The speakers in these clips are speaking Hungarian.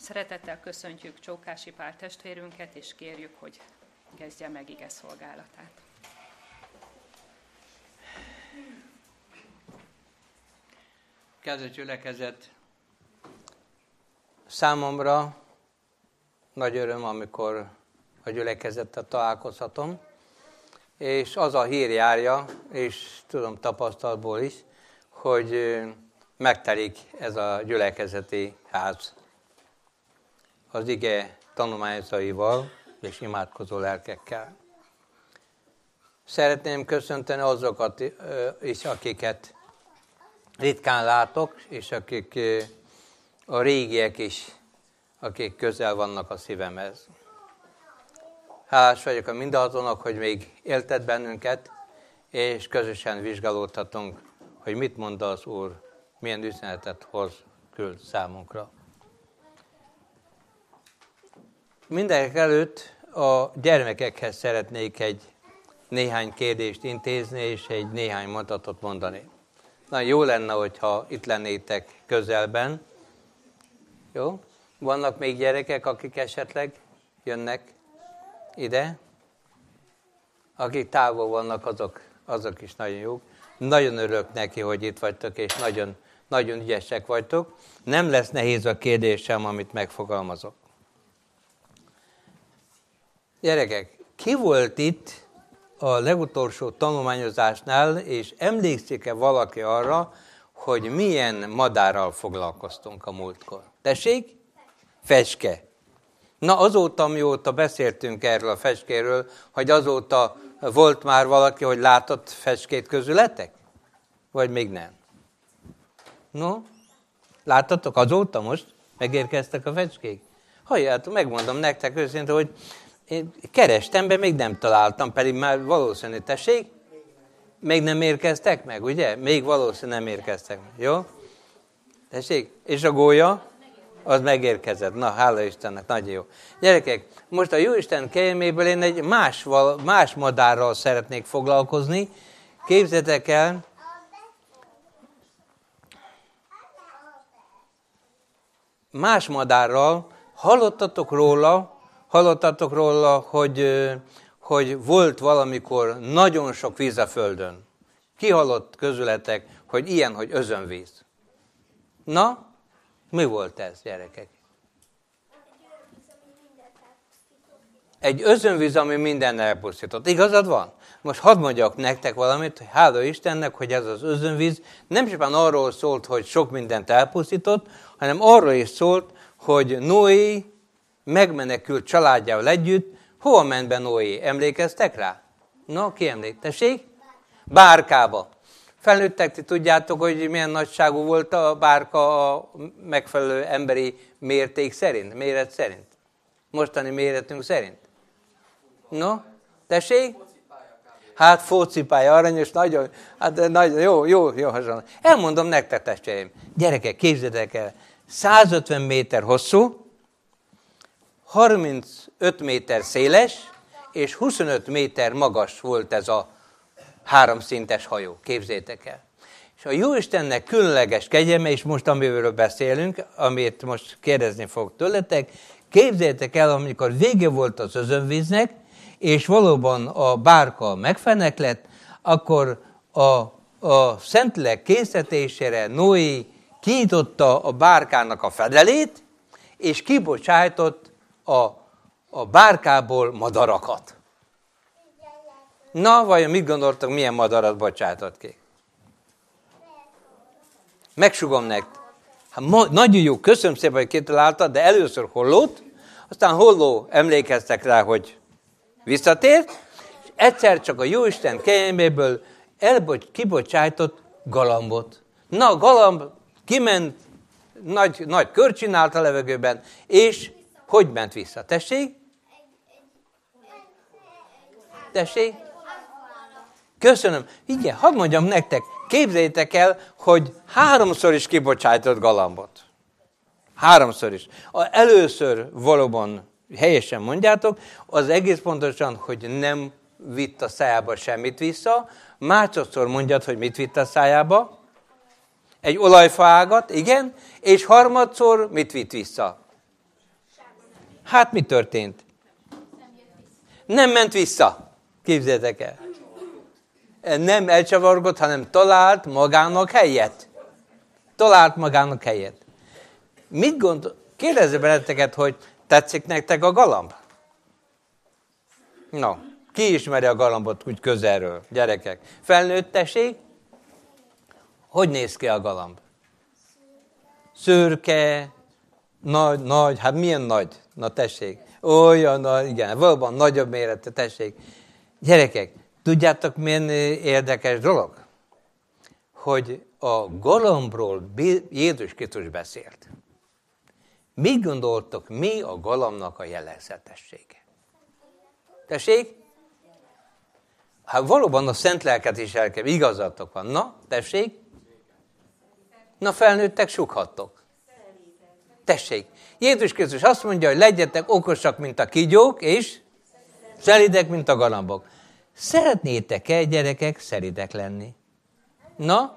Szeretettel köszöntjük Csókási Pál testvérünket, és kérjük, hogy kezdje meg ige szolgálatát. Kedves gyülekezet, számomra nagy öröm, amikor a gyülekezettel találkozhatom, és az a hír járja, és tudom tapasztalatból is, hogy megtelik ez a gyülekezeti ház az ige tanulmányzóival és imádkozó lelkekkel. Szeretném köszönteni azokat is, akiket ritkán látok, és akik a régiek is, akik közel vannak a szívemhez. Hálás vagyok a mindazonok, hogy még éltet bennünket, és közösen vizsgálódhatunk, hogy mit mond az Úr, milyen üzenetet hoz, küld számunkra. Mindenek előtt a gyermekekhez szeretnék néhány kérdést intézni, és néhány mondatot mondani. Na, jó lenne, hogyha itt lennétek közelben. Jó? Vannak még gyerekek, akik esetleg jönnek ide? Akik távol vannak, azok is nagyon jók. Nagyon örülök neki, hogy itt vagytok, és nagyon, nagyon ügyesek vagytok. Nem lesz nehéz a kérdésem, amit megfogalmazok. Gyerekek, ki volt itt a legutolsó tanulmányozásnál, és emlékszik-e valaki arra, hogy milyen madárral foglalkoztunk a múltkor? Tessék? Fecske. Na, azóta, mióta beszéltünk erről a fecskéről, hogy azóta volt már valaki, hogy látott fecskét közületek? Vagy még nem? No, láttatok azóta most? Megérkeztek a fecskék? Halljátok, megmondom nektek őszintén, hogy én kerestem be, még nem találtam, pedig már valószínű, tessék? Még nem érkeztek meg, ugye? Még valószínű nem érkeztek meg, jó? Tessék? És a gólya? Az megérkezett. Na, hála Istennek, nagyon jó. Gyerekek, most a Jóisten kegyelméből én egy más madárral szeretnék foglalkozni. Képzeljétek el, más madárral, hallottatok róla, hogy volt valamikor nagyon sok víz a földön. Ki hallott közületek, hogy ilyen, hogy özönvíz? Na, mi volt ez, gyerekek? Egy özönvíz, ami minden elpusztított. Igazad van? Most hadd mondjak nektek valamit, hogy hála Istennek, hogy ez az özönvíz nem csupán arról szólt, hogy sok mindent elpusztított, hanem arról is szólt, hogy Noé megmenekült családjával együtt. Hova ment be Noé? Emlékeztek rá? No, ki emlékeztessék? Bárkába. Felnőttek, ti tudjátok, hogy milyen nagyságú volt a bárka a megfelelő emberi méret szerint? Mostani méretünk szerint? No, tessék? Hát focipálya, aranyos, nagyon, jó hasonló. Elmondom nektek, testvéreim. Gyerekek, képzeljétek el, 150 méter hosszú, 35 méter széles, és 25 méter magas volt ez a háromszintes hajó. Képzeljétek el. És a Jóistennek különleges kegyelme, és most amiről beszélünk, amit most kérdezni fog tőletek, képzeljétek el, amikor vége volt az özönvíznek, és valóban a bárka megfeneklett, akkor a Szentlélek késztetésére Noé kinyitotta a bárkának a fedelét, és kibocsájtott a bárkából madarakat. Na, vajon mit gondoltak, milyen madarat bocsátott ki? Megsugom nektek. Hát, nagyon jó, köszönöm szépen, hogy kitaláltad, de először Hollót, aztán Holló emlékeztek rá, hogy visszatért, és egyszer csak a Jóisten kegyelméből kibocsájtott galambot. Na, a galamb kiment, nagy kört csinált a levegőben, és hogy ment vissza? Tessék? Tessék? Köszönöm. Igen, hadd mondjam nektek, képzeljétek el, hogy 3-szor is kibocsájtott galambot. 3-szor is. Először valóban helyesen mondjátok, az egész pontosan, hogy nem vitt a szájába semmit vissza. Másodszor mondjad, hogy mit vitt a szájába? Egy olajfaágat, igen, és harmadszor mit vitt vissza? Hát mi történt? Nem ment vissza. Képzeljétek el. Nem elcsavargott, hanem talált magának helyet. Talált magának helyet. Mit gondol? Kérdezze benneteket, hogy tetszik nektek a galamb? No, ki ismeri a galambot úgy közelről? Gyerekek. Felnőttesség? Hogy néz ki a galamb? Szőrke, nagy, hát milyen nagy? Na tessék. Olyan nagy, igen, valóban nagyobb méretű, tessék. Gyerekek, tudjátok milyen érdekes dolog? Hogy a galambról Jézus Krisztus beszélt. Mit gondoltok, mi a galambnak a jellegzetessége? Tessék? Hát valóban a szent lelket is el kell, igazatok van. Na, tessék? Na, felnőttek, sukhattok. Tessék, Jézus Krisztus azt mondja, hogy legyetek okosak, mint a kígyók, és szelídek, mint a galambok. Szeretnétek-e, gyerekek, szelídek lenni? Na?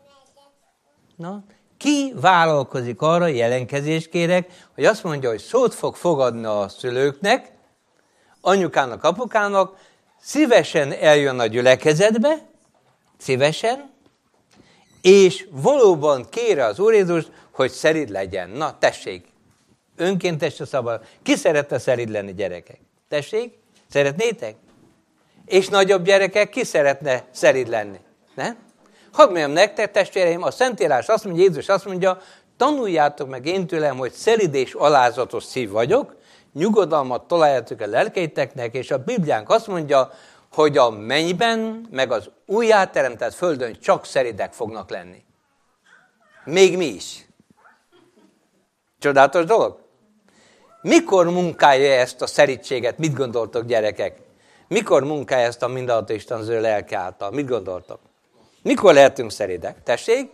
Ki vállalkozik arra, jelentkezést kérek, hogy azt mondja, hogy szót fog fogadni a szülőknek, anyukának, apukának, szívesen eljön a gyülekezetbe, szívesen, és valóban kére az Úr Jézus, hogy szelíd legyen. Na, tessék, önkéntes a szabad. Ki szeretne szelíd lenni, gyerekek? Tessék, szeretnétek? És nagyobb gyerekek, ki szeretne szelíd lenni? Nem? Hadd mondjam nektek, testvéreim, a Szentírás azt mondja, Jézus azt mondja, tanuljátok meg én tőlem, hogy szelíd és alázatos szív vagyok, nyugodalmat találjátok a lelkeiteknek, és a Bibliánk azt mondja, hogy a mennyben, meg az újjáteremtett földön csak szelídek fognak lenni. Még mi is. Csodálatos dolog? Mikor munkálja ezt a szelídséget? Mit gondoltok, gyerekek? Mikor munkálja ezt a mindenható Isten az ő lelke által? Mit gondoltok? Mikor lehetünk szelídek? Tessék?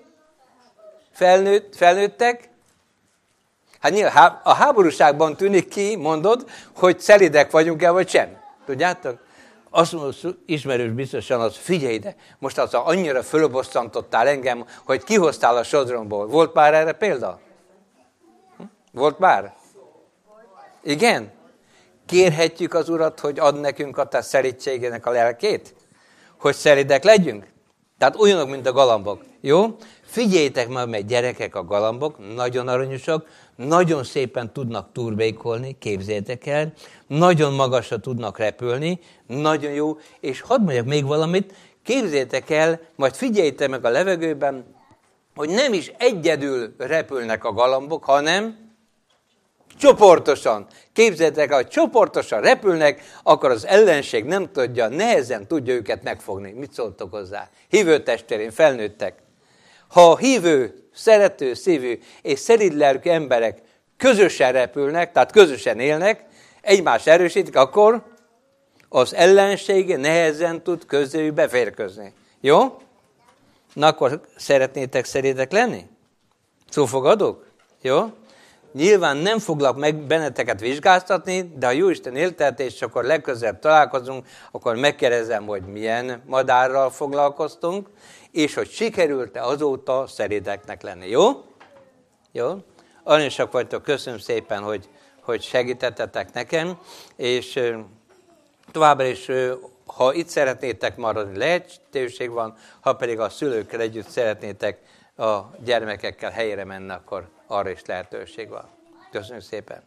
Felnőttek? Hát nyilván a háborúságban tűnik ki, mondod, hogy szelídek vagyunk-e, vagy sem. Tudjátok? Azt mondod, ismerős biztosan az, figyelj ide, most az annyira fölbosszantottál engem, hogy kihoztál a sodromból. Volt már erre példa? Volt már? Igen? Kérhetjük az Urat, hogy ad nekünk a te szelídségének a lelkét? Hogy szelídek legyünk? Tehát olyanok, mint a galambok. Jó? Figyeljétek meg, gyerekek, a galambok, nagyon aranyosak, nagyon szépen tudnak turbékolni, képzeljétek el, nagyon magasra tudnak repülni, nagyon jó, és hadd mondjak még valamit, képzeljétek el, majd figyeljétek meg a levegőben, hogy nem is egyedül repülnek a galambok, hanem csoportosan. Képzeljétek el, hogy csoportosan repülnek, akkor az ellenség nem tudja, nehezen tudja őket megfogni. Mit szóltok hozzá? Hívő testvérén, felnőttek. Ha a hívő, szerető szívű és szelíd lelkű emberek közösen repülnek, tehát közösen élnek, egymást erősítik, akkor az ellenség nehezen tud közéjük beférkőzni. Jó? Na akkor szeretnétek szelídek lenni? Szófogadók? Jó? Nyilván nem foglak meg benneteket vizsgáztatni, de ha Jóisten éltet, és akkor legközelebb találkozunk, akkor megkérdezem, hogy milyen madárral foglalkoztunk, és hogy sikerült-e azóta szelídeknek lenni. Jó? Jó? Aranyosak vagytok, köszönöm szépen, hogy segítettetek nekem, és továbbra is, ha itt szeretnétek maradni, lehetőség van, ha pedig a szülőkkel együtt szeretnétek a gyermekekkel helyre menni, akkor arra is lehetőség van. Köszönöm szépen.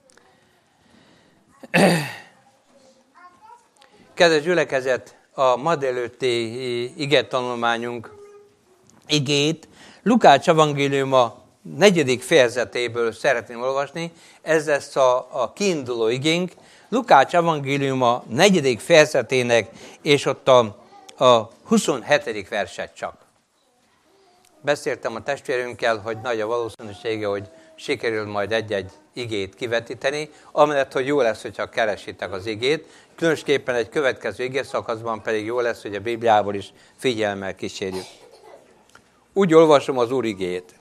Kedves gyülekezet, a ma délelőtti igetanulmányunk igét Lukács evangéliuma 4. fejezetéből szeretném olvasni. Ez lesz a kiinduló igénk. Lukács evangéliuma 4. fejezetének, és ott a 27. verset csak. Beszéltem a testvérünkkel, hogy nagy a valószínűsége, hogy sikerül majd egy-egy igét kivetíteni, amellett, hogy jó lesz, hogyha keresitek az igét, különösképpen egy következő igészakaszban pedig jó lesz, hogy a Bibliából is figyelemmel kísérjük. Úgy olvasom az Úr igéjét.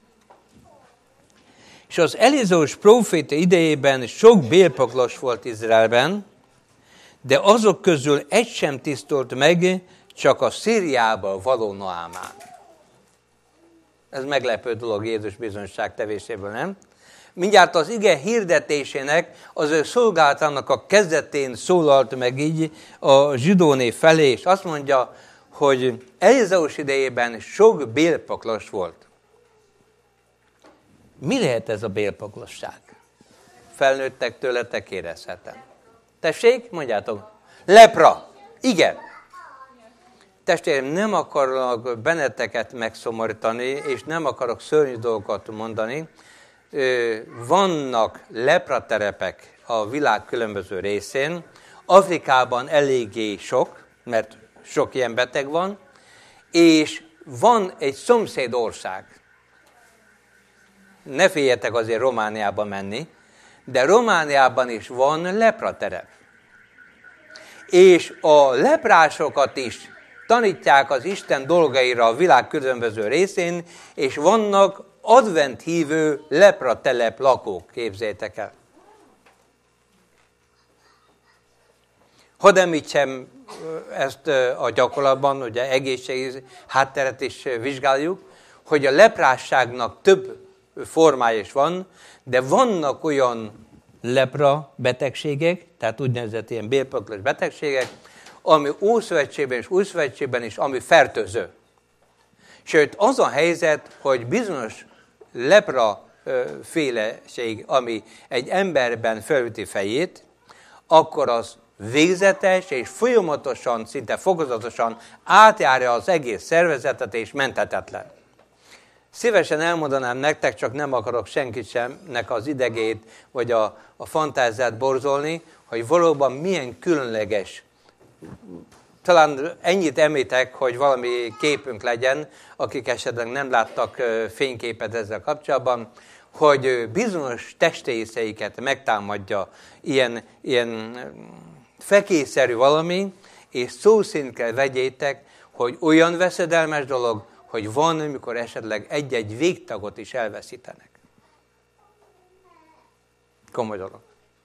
És az Elizeus próféta idejében sok bélpoklos volt Izraelben, de azok közül egy sem tisztult meg, csak a Szíriába való Naámán. Ez meglepő dolog Jézus bizonyság tevéséből, nem? Mindjárt az ige hirdetésének, az ő szolgálatának a kezdetén szólalt meg így a zsidóné felé, és azt mondja, hogy Elizeus idejében sok bélpoklos volt. Mi lehet ez a bélpoklosság? Felnőttek tőletek, érezhetem. Tessék, mondjátok. Lepra. Igen. Testvérem, nem akarok benneteket megszomorítani, és nem akarok szörnyű dolgokat mondani. Vannak lepraterepek a világ különböző részén. Afrikában eléggé sok, mert sok ilyen beteg van, és van egy szomszéd ország. Ne féljetek azért Romániába menni, de Romániában is van lepraterep. És a leprásokat is tanítják az Isten dolgaira a világ különböző részén, és vannak advent hívő lepratelep lakók, képzeljétek el. Hadd említsem ezt a gyakorlatban, ugye egészségi hátteret is vizsgáljuk, hogy a leprásságnak több formája is van, de vannak olyan lepra betegségek, tehát úgynevezett ilyen bélpoklos betegségek, ami Ószövetségben és Újszövetségben is, ami fertőző. Sőt, az a helyzet, hogy bizonyos lepra féleség, ami egy emberben felüti fejét, akkor az végzetes és folyamatosan, szinte fokozatosan átjárja az egész szervezetet és menthetetlen. Szívesen elmondanám nektek, csak nem akarok senkit semnek az idegét vagy a fantáziát borzolni, hogy valóban milyen különleges. Talán ennyit említek, hogy valami képünk legyen, akik esetleg nem láttak fényképet ezzel kapcsolatban, hogy bizonyos testrészeiket megtámadja ilyen fekészerű valami, és szó szerint kell vegyétek, hogy olyan veszedelmes dolog, hogy van, amikor esetleg egy-egy végtagot is elveszítenek. Komoly dolog.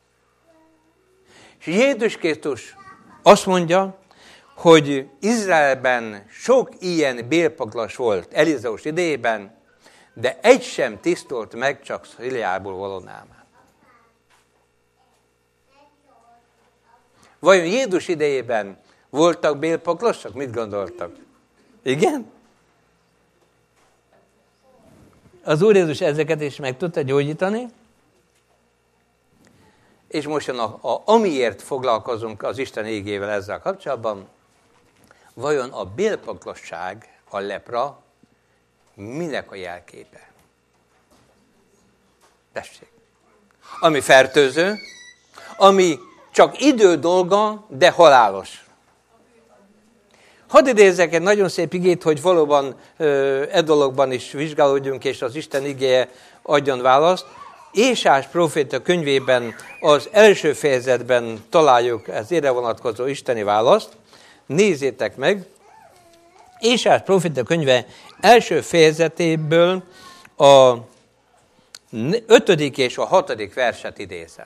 És Jézus Krisztus azt mondja, hogy Izraelben sok ilyen bélpoklos volt Elizeus idejében, de egy sem tisztult meg, csak Sziliából való Námán. Vajon Jézus idejében voltak bélpoklosok? Mit gondoltak? Igen? Az Úr Jézus ezeket is meg tudta gyógyítani, és most amiért foglalkozunk az Isten igével ezzel kapcsolatban, vajon a bélpoklosság, a lepra, minek a jelképe? Tessék. Ami fertőző, ami csak idő dolga, de halálos. Hadd idézzek egy nagyon szép igét, hogy valóban dologban is vizsgálódjunk, és az Isten igéje adjon választ. Ésás próféta könyvében az első fejezetben találjuk az erre vonatkozó isteni választ. Nézzétek meg! Ésás próféta könyve első fejezetéből a 5. és a 6. verset idézem.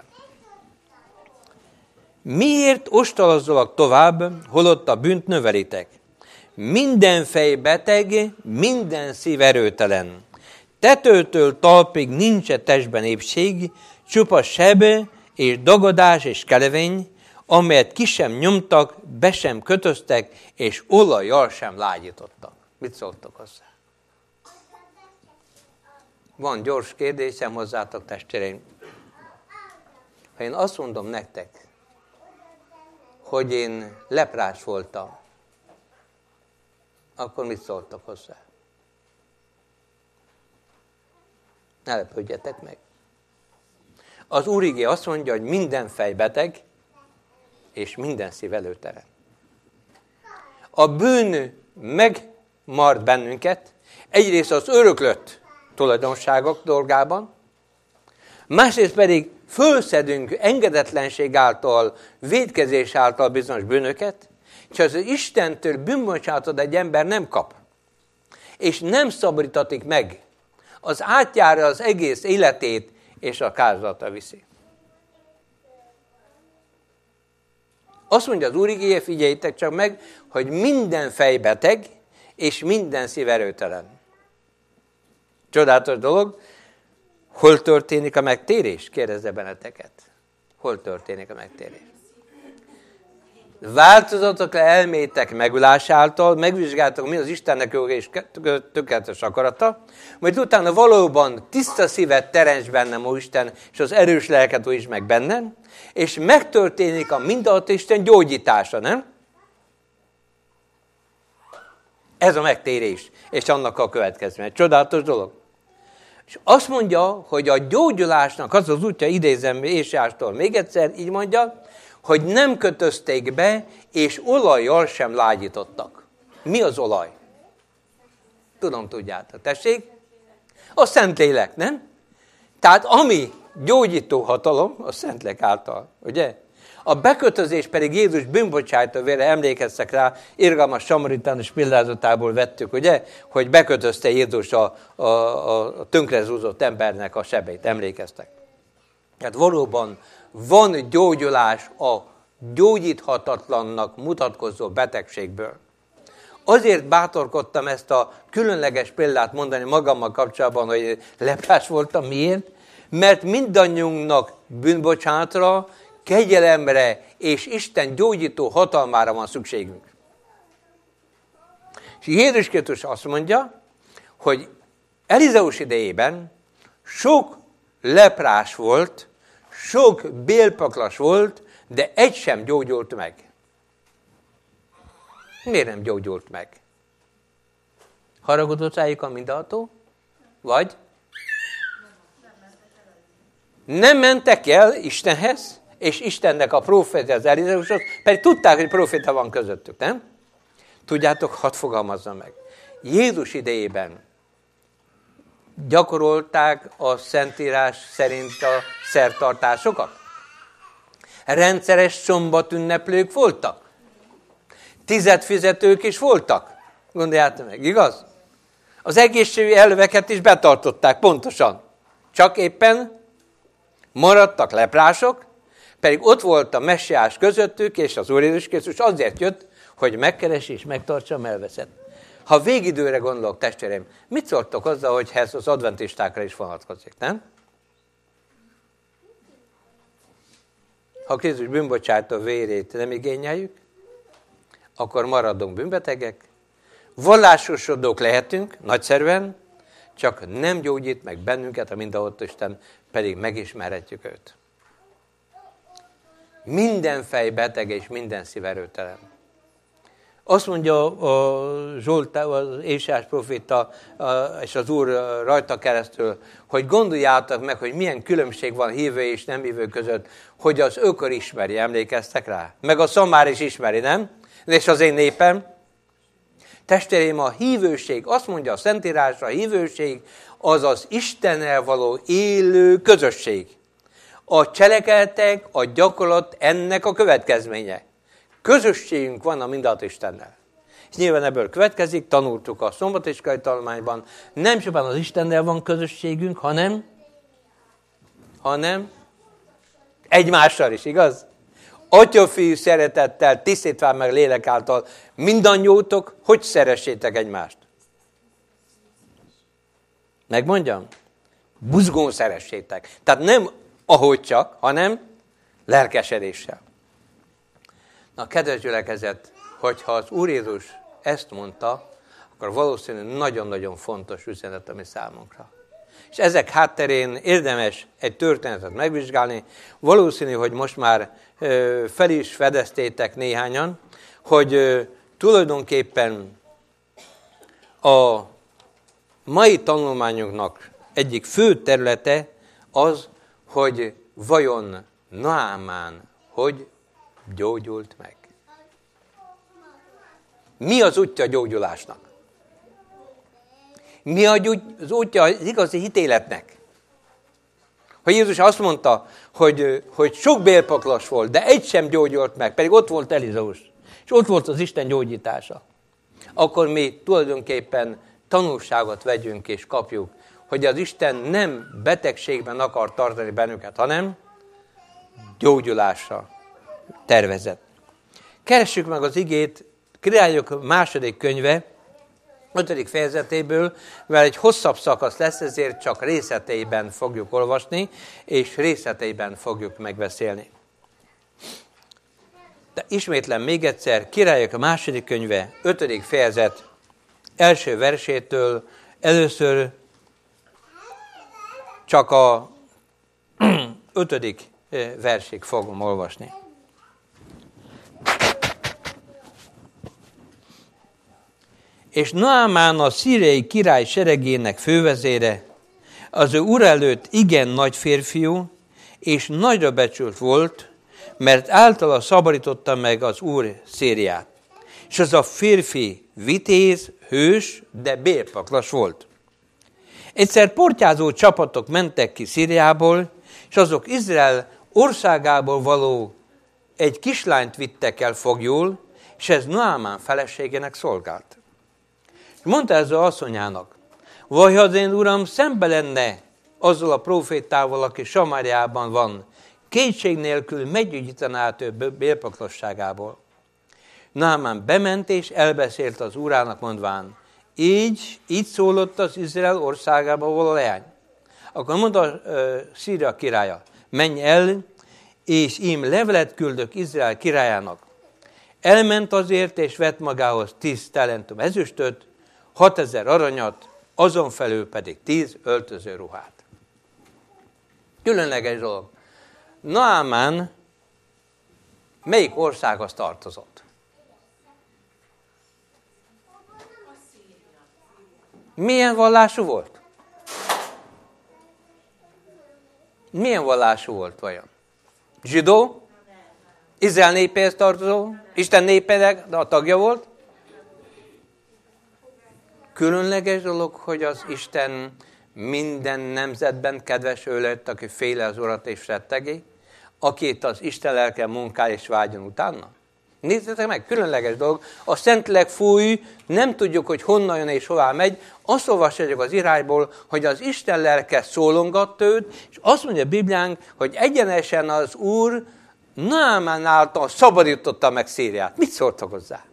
Miért ostalazzolak tovább, holott a bűnt növelitek? Minden fej beteg, minden szív erőtelen. Tetőtől talpig nincs a testben épség, csupa sebe és dagadás és kelevény, amelyet ki sem nyomtak, be sem kötöztek, és olajjal sem lágyítottak. Mit szóltok hozzá? Van gyors kérdésem hozzátok, testvéreim. Ha én azt mondom nektek, hogy én leprás voltam, akkor mit szóltok hozzá? Ne lepődjetek meg. Az Úr igéje azt mondja, hogy minden fej beteg, és minden szív előtelen. A bűn megmart bennünket, egyrészt az öröklött tulajdonságok dolgában, másrészt pedig fölszedünk engedetlenség által, vétkezés által bizonyos bűnöket, és az Istentől bűnbocsánatot egy ember nem kap, és nem szabadítatik meg, az átjárja az egész életét, és a kározatra viszi. Azt mondja az Úr igéje, figyeljétek csak meg, hogy minden fej beteg, és minden szív erőtelen. Csodálatos dolog, Hol történik a megtérés? Kérdezze benneteket. Hol történik a megtérés? Változatok le elmétek megülásától, megvizsgáltok, mi az Istennek jó és tökéletes akarata, majd utána valóban tiszta szívet teremts bennem, ó Isten, és az erős lelket újítsd meg bennem, és megtörténik a mindenható Isten gyógyítása, nem? Ez a megtérés, és annak a következménye. Csodálatos dolog. És azt mondja, hogy a gyógyulásnak az az útja, idézem Ésástól még egyszer, így mondja, hogy nem kötözték be, és olajjal sem lágyítottak. Mi az olaj? Tudom, tudjátok. Tessék? A Szentlélek, nem? Tehát ami gyógyító hatalom, a Szentlélek által, ugye? A bekötözés pedig Jézus bűnbocsájtó vére, emlékeztek rá, irgalmas samaritános példázatából vettük, ugye? Hogy bekötözte Jézus a tönkrezúzott embernek a sebét, emlékeztek. Tehát valóban van gyógyulás a gyógyíthatatlannak mutatkozó betegségből. Azért bátorkodtam ezt a különleges példát mondani magammal kapcsolatban, hogy leprás voltam. Miért? Mert mindannyiunknak bűnbocsánatra, kegyelemre és Isten gyógyító hatalmára van szükségünk. És Jézus Krisztus azt mondja, hogy Elizeus idejében sok leprás volt, sok bélpaklas volt, de egy sem gyógyult meg. Miért nem gyógyult meg? Haragudott rájuk a mindenható? Vagy? Nem mentek el Istenhez, és Istennek a próféta az Elizeushoz, pedig tudták, hogy próféta van közöttük, nem? Tudjátok, hadd fogalmazzam meg. Jézus idejében gyakorolták a Szentírás szerint a szertartásokat? Rendszeres szombatünneplők voltak? Tizedfizetők is voltak? Gondoljátok meg, igaz? Az egészségügyi elveket is betartották pontosan. Csak éppen maradtak leprások, pedig ott volt a messiás közöttük, és az Úr Jézus Krisztus azért jött, hogy megkeresi és megtartsa a melveszet. Ha végidőre gondolok, testvéreim, mit szóltok hozzá, hogy ez az adventistákra is vonatkozik, nem? Ha Krisztus bűnbocsátó vérét nem igényeljük, akkor maradunk bűnbetegek, vallásosodók lehetünk, nagyszerűen, csak nem gyógyít meg bennünket a mindenható Isten, pedig megismerhetjük őt. Minden fej beteg és minden szív erőtelen. Azt mondja a Zsoltár, az Ésás proféta és az Úr rajta keresztül, hogy gondoljátok meg, hogy milyen különbség van hívő és nem hívő között, hogy az ökör ismeri, emlékeztek rá? Meg a szamár is ismeri, nem? És az én népem. Testvéreim, a hívőség, azt mondja a Szentírásra, a hívőség az az Istennel való élő közösség. A cselekedetek, a gyakorlat ennek a következménye. Közösségünk van a mindenható Istennel. És nyilván ebből következik, tanultuk a szombatiskai tanulmányban, nem csupán az Istennel van közösségünk, hanem egymással is, igaz? Atya-fiú szeretettel, tisztítván meg lélek által mindannyiótok, hogy szeressétek egymást. Megmondjam? Buzgón szeressétek. Tehát nem ahogy csak, hanem lelkesedéssel. Na, kedves gyülekezet, hogyha az Úr Jézus ezt mondta, akkor valószínűleg nagyon-nagyon fontos üzenet a mi számunkra. És ezek hátterén érdemes egy történetet megvizsgálni. Valószínű, hogy most már fel is fedeztétek néhányan, hogy tulajdonképpen a mai tanulmányunknak egyik fő területe az, hogy vajon Naamán hogy gyógyult meg. Mi az útja a gyógyulásnak? Mi az útja az igazi hitéletnek? Ha Jézus azt mondta, hogy sok bélpaklas volt, de egy sem gyógyult meg, pedig ott volt Elizeus, és ott volt az Isten gyógyítása, akkor mi tulajdonképpen tanulságot vegyünk és kapjuk, hogy az Isten nem betegségben akar tartani bennünket, hanem gyógyulásra tervezett. Keressük meg az igét, Királyok második könyve, 5. fejezetéből, mivel egy hosszabb szakasz lesz, ezért csak részleteiben fogjuk olvasni, és részleteiben fogjuk megbeszélni. De ismétlem még egyszer, Királyok a 2. könyve, 5. fejezet, első versétől először csak a 5. versig fogom olvasni. És Naamán a szíriai király seregének fővezére, az ő ura előtt igen nagy férfiú, és nagyra becsült volt, mert általa szabadította meg az Úr Szíriát. És az a férfi vitéz, hős, de bérpaklas volt. Egyszer portyázó csapatok mentek ki Szíriából, és azok Izrael országából való egy kislányt vittek el foglyul, és ez Naamán feleségének szolgált. Mondta ez az asszonyának, vagy ha az én uram szembe lenne azzal a profétával, aki Samáriában van, kétség nélkül meggyógyítaná át ő bérpaklasságából. Naamán bement és elbeszélt az urának mondván, így szólott az Izrael országába való leány. Akkor mondta Szíria királya, menj el, és ím levelet küldök Izrael királyának. Elment azért, és vett magához 10 talentum ezüstöt, 6000 aranyat, azon felül pedig 10 öltözőruhát. Különleges dolog. Naamán melyik országhoz tartozott? Milyen vallású volt? Milyen vallású volt vajon? Zsidó? Izrael népéhez tartozó? Isten népének a tagja volt? Különleges dolog, hogy az Isten minden nemzetben kedveső lett, aki féle az Urat és rettegi, akit az Isten lelke munkál és vágyon utána. Nézzétek meg, különleges dolog. A Szentlélek fúj, nem tudjuk, hogy honnan jön és hová megy. Azt olvashatjuk az írásból, hogy az Isten lelke szólongat őt, és azt mondja a Bibliánk, hogy egyenesen az Úr Naamán által szabadította meg Szíriát. Mit szóltak hozzá?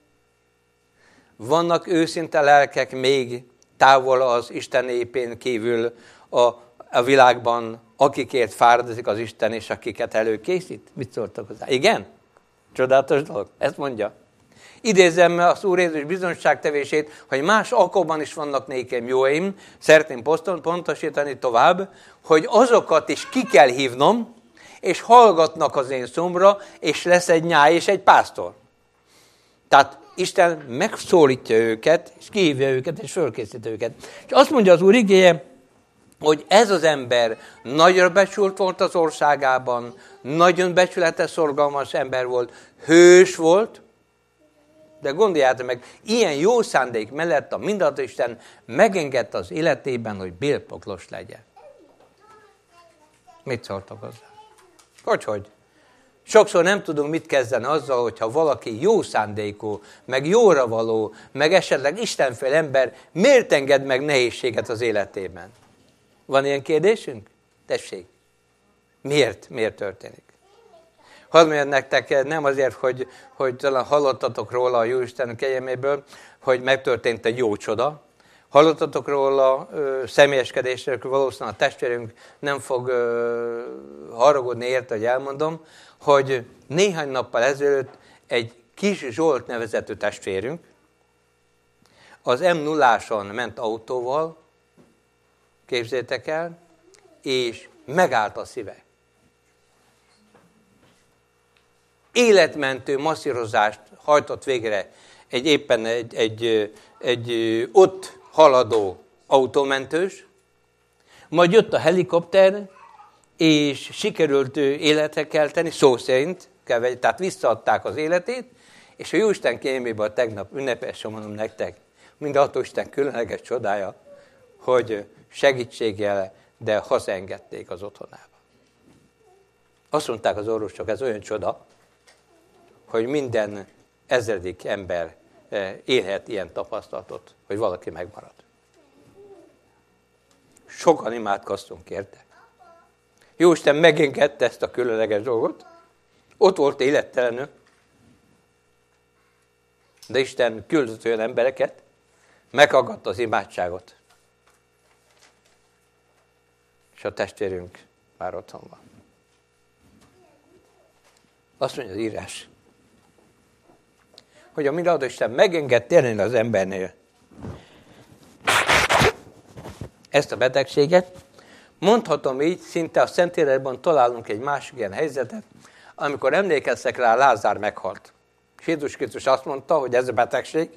Vannak őszinte lelkek még távol az Isten népén kívül a világban, akikért fáradozik az Isten, és akiket előkészít? Mit szóltak hozzá? Igen? Csodálatos dolog. Ezt mondja. Idézem az Úr Jézus bizonyságtevését, hogy más alkalommal is vannak nékem jóim, szeretném pontosítani tovább, hogy azokat is ki kell hívnom, és hallgatnak az én szomra, és lesz egy nyáj és egy pásztor. Tehát Isten megszólítja őket, és kihívja őket, és fölkészít őket. És azt mondja az Úr igéje, hogy ez az ember nagyra becsült volt az országában, nagyon becsületes, szorgalmas ember volt, hős volt, de gondoljátok meg, ilyen jó szándék mellett a mindenható Isten megengedte az életében, hogy bérpoklos legyen. Mit szóltak hozzá? Hogy? Sokszor nem tudunk mit kezdeni azzal, hogyha valaki jó szándékú, meg jóra való, meg esetleg istenfél ember, miért enged meg nehézséget az életében? Van ilyen kérdésünk? Tessék. Miért? Miért történik? Hadd mondjam nektek, nem azért, hogy talán hallottatok róla a Jóisten kegyelméből, hogy megtörtént egy jó csoda. Hallottatok róla személyeskedésről, valószínűleg a testvérünk nem fog haragudni érte, hogy elmondom, hogy néhány nappal ezelőtt egy Kis Zsolt nevezetű testvérünk az M0-áson ment autóval, képzeljétek el, és megállt a szíve. Életmentő masszírozást hajtott végre éppen egy ott haladó autómentős, majd jött a helikopter, és sikerült életre kelteni, szó szerint, tehát visszaadták az életét, és a Jóisten kegyelméből tegnap ünnepesen mondom nektek, mindentől Isten különleges csodája, hogy segítséggel, de hazaengedték az otthonába. Azt mondták az orvosok, ez olyan csoda, hogy minden ezredik ember élhet ilyen tapasztalatot, hogy valaki megmarad. Sokan imádkoztunk érte. Jóisten megengedte ezt a különleges dolgot, ott volt élettelenül, de Isten küldött olyan embereket, meghallgatta az imádságot. És a testvérünk már otthon van. Azt mondja az írás, hogy a mindenható Isten megengedte ennél az embernél ezt a betegséget. Mondhatom így, szinte a Szentírásban találunk egy másik ilyen helyzetet, amikor emlékeztek rá, Lázár meghalt. És Jézus Krisztus azt mondta, hogy ez a betegség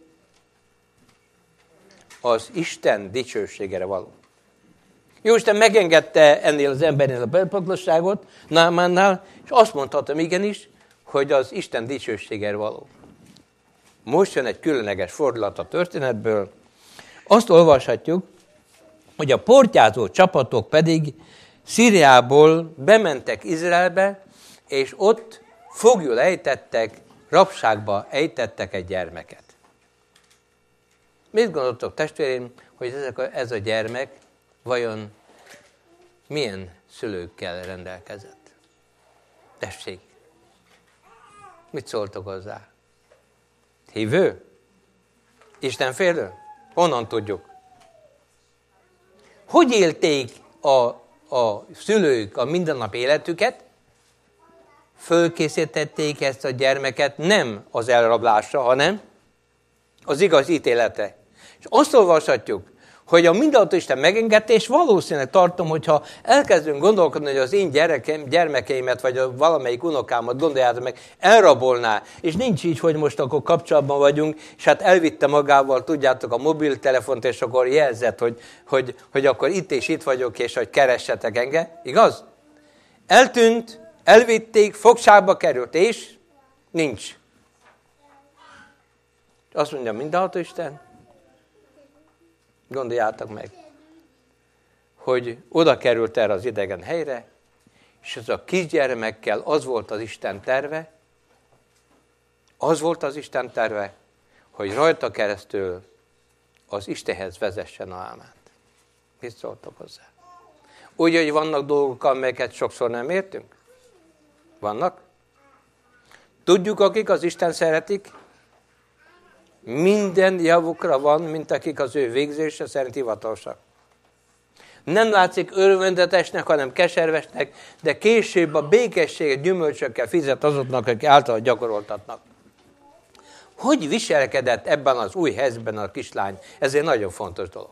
az Isten dicsőségére való. Jóisten megengedte ennél az embernél a belpotlosságot, Námánnál, és azt mondhatom igenis, hogy az Isten dicsőségére való. Most jön egy különleges fordulat a történetből. Azt olvashatjuk, hogy a portyázó csapatok pedig Szíriából bementek Izraelbe, és ott foglyul ejtettek, rabságba ejtettek egy gyermeket. Mit gondoltok, testvéreim, hogy ez a gyermek vajon milyen szülőkkel rendelkezett? Tessék, mit szóltok hozzá? Hívő? Istenfélő? Honnan tudjuk? Hogy élték a szülők a mindennapi életüket? Fölkészítették ezt a gyermeket nem az elrablásra, hanem az igaz ítéletre. És azt olvashatjuk, hogy a mindenható Isten megengedte, és valószínűleg tartom, hogyha elkezdünk gondolkodni, hogy az én gyermekeimet, vagy a valamelyik unokámat, gondoljátok meg, elrabolná, és nincs így, hogy most akkor kapcsolatban vagyunk, és hát elvitte magával, tudjátok, a mobiltelefont, és akkor jelzett, hogy akkor itt és itt vagyok, és hogy keressetek engem, igaz? Eltűnt, elvitték, fogságba került, és nincs. Azt mondja, mindenható Isten, gondoljátok meg, hogy oda került erre az idegen helyre, és az a kisgyermekkel az volt az Isten terve, hogy rajta keresztül az Istenhez vezessen Námánt. Mit szóltok hozzá? Úgy, hogy vannak dolgok, amelyeket sokszor nem értünk? Vannak? Tudjuk, akik az Isten szeretik, minden javukra van, mint akik az ő végzése szerint hivatalosak. Nem látszik örvendetesnek, hanem keservesnek, de később a békességet gyümölcsökkel fizet azoknak, akik által gyakoroltatnak. Hogy viselkedett ebben az új helyzetben a kislány? Ez egy nagyon fontos dolog.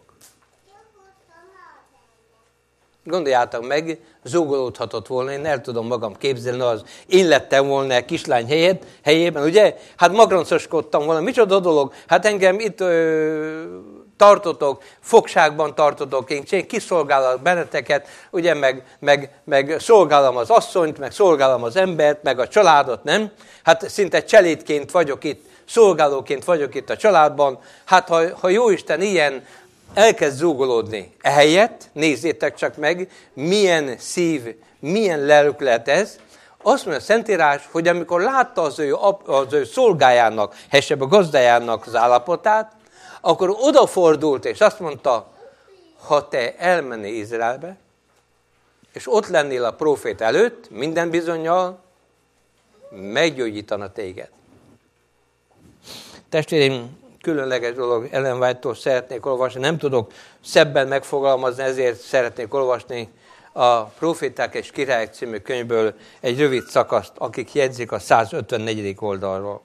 Gondoljátok meg, zúgolódhatott volna, én el tudom magam képzelni, az én lettem volna a kislány helyében, ugye? Hát magrancoskodtam volna, micsoda dolog? Hát engem itt tartotok, fogságban tartotok, én kiszolgálok benneteket, ugye, meg szolgálom az asszonyt, meg szolgálom az embert, meg a családot, nem? Hát szinte cselédként vagyok itt, szolgálóként vagyok itt a családban, hát ha Jóisten ilyen elkezd zúgolódni. Ehelyett, nézzétek csak meg, milyen szív, milyen lelkület ez. Azt mondja a Szentírás, hogy amikor látta az ő szolgájának, helyesebb a gazdájának az állapotát, akkor odafordult, és azt mondta, ha te elmennél Izraelbe, és ott lennél a prófét előtt, minden bizonnyal meggyógyítana téged. Testvéreim, különleges dolog, Ellen White-tól szeretnék olvasni, nem tudok szebben megfogalmazni, ezért szeretnék olvasni a Proféták és Királyok című könyvből egy rövid szakaszt, akik jegyzik a 154. oldalról.